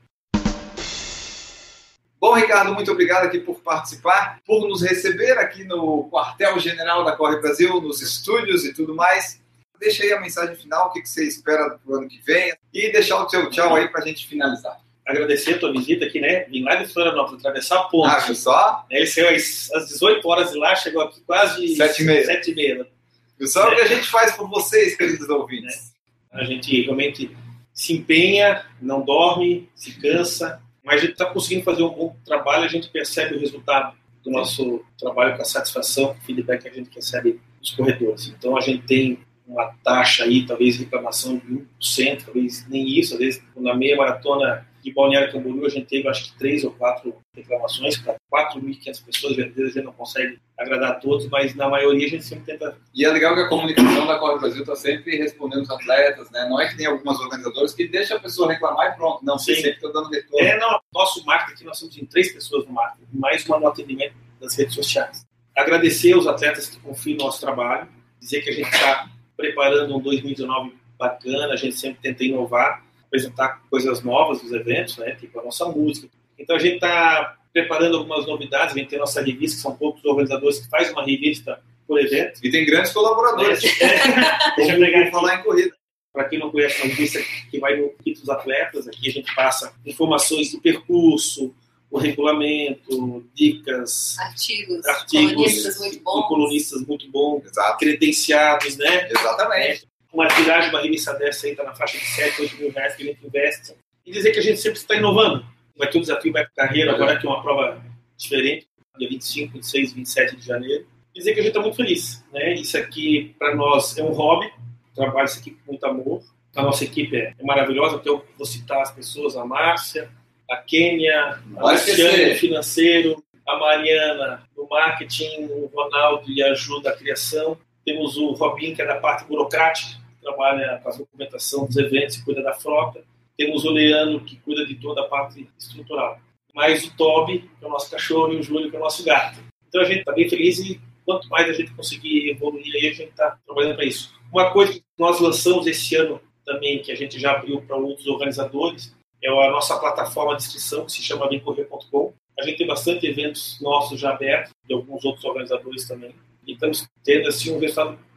Speaker 3: Bom, Ricardo, muito obrigado aqui por participar, por nos receber aqui no quartel-general da Corre Brasil, nos estúdios e tudo mais. Deixa aí a mensagem final, o que você espera para o ano que vem e deixar o seu tchau aí para a gente finalizar.
Speaker 4: Agradecer a tua visita aqui, né? Vim lá de Florianópolis, atravessar a ponte.
Speaker 3: Acho só?
Speaker 4: Ele saiu às, às dezoito horas de lá, chegou aqui quase
Speaker 3: sete e meia.
Speaker 4: sete e meia.
Speaker 3: Isso é o que a gente faz por vocês, queridos ouvintes.
Speaker 4: É. A gente realmente se empenha, não dorme, se cansa, mas a gente está conseguindo fazer um bom trabalho, a gente percebe o resultado do nosso trabalho com a satisfação, com o feedback que a gente recebe dos corredores. Então a gente tem uma taxa aí, talvez reclamação de um por cento, talvez nem isso, às vezes na meia maratona de Balneário Camboriú a gente teve acho que três ou quatro reclamações para quatro mil e quinhentas pessoas, às vezes a gente não consegue agradar a todos, mas na maioria a gente sempre tenta...
Speaker 3: E é legal que a comunicação da Corre Brasil está sempre respondendo os atletas, né? Não é que tem algumas organizadoras que deixam a pessoa reclamar e pronto, não, você sempre está dando retorno.
Speaker 4: É, não, nosso marketing aqui, nós somos em três pessoas no marketing, mais uma no atendimento das redes sociais. Agradecer aos atletas que confiam no nosso trabalho, dizer que a gente está preparando um dois mil e dezenove bacana, a gente sempre tenta inovar, apresentar coisas novas nos eventos, né? Tipo a nossa música. Então a gente está preparando algumas novidades, a gente tem a nossa revista, que são poucos organizadores que fazem uma revista por evento.
Speaker 3: E tem grandes colaboradores.
Speaker 4: É. Deixa eu pegar
Speaker 3: falar em corrida.
Speaker 4: Para quem não conhece, uma revista que vai no kit dos atletas, aqui a gente passa informações do percurso, o regulamento, dicas,
Speaker 5: artigos,
Speaker 4: artigos
Speaker 5: colunistas muito bons,
Speaker 4: colunistas muito bons,
Speaker 3: Exato.
Speaker 4: Credenciados, né?
Speaker 3: Exatamente.
Speaker 4: É. Uma tiragem, uma revista dessa aí está na faixa de sete, oito mil reais que a gente investe. E dizer que a gente sempre está inovando. Vai ter um desafio, vai ter carreira, agora que é uma prova diferente, dia vinte e cinco, vinte e seis, vinte e sete de janeiro. E dizer que a gente está muito feliz, né? Isso aqui, para nós, é um hobby. Trabalho isso aqui com muito amor. A nossa equipe é, é maravilhosa. Então, eu vou citar as pessoas, a Márcia, a Kênia, a Luciana, do financeiro, a Mariana, do marketing, o Ronaldo e ajuda a criação. Temos o Robinho, que é da parte burocrática, que trabalha com a documentação dos eventos e cuida da frota. Temos o Leandro, que cuida de toda a parte estrutural. Mais o Toby, que é o nosso cachorro, e o Júlio, que é o nosso gato. Então a gente está bem feliz e quanto mais a gente conseguir evoluir aí, a gente está trabalhando para isso. Uma coisa que nós lançamos esse ano também, que a gente já abriu para outros organizadores, é a nossa plataforma de inscrição, que se chama vem correr ponto com. A gente tem bastante eventos nossos já abertos, de alguns outros organizadores também. E estamos tendo assim, um resultado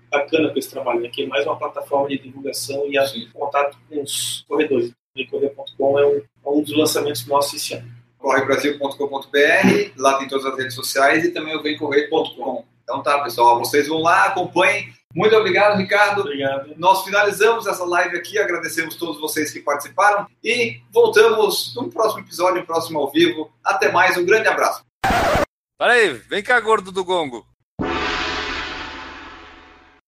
Speaker 4: bacana com esse trabalho, né? Que é mais uma plataforma de divulgação e Sim. contato com os corredores. O correr ponto com é um, é um dos lançamentos nossos esse ano.
Speaker 3: corre brasil ponto com ponto b r, lá tem todas as redes sociais e também o vem correr ponto com. Então tá, pessoal, vocês vão lá, acompanhem. Muito obrigado, Ricardo.
Speaker 4: Obrigado.
Speaker 3: Nós finalizamos essa live aqui, agradecemos todos vocês que participaram e voltamos no próximo episódio, no próximo ao vivo. Até mais, um grande abraço.
Speaker 6: Para aí, vem cá, gordo do gongo.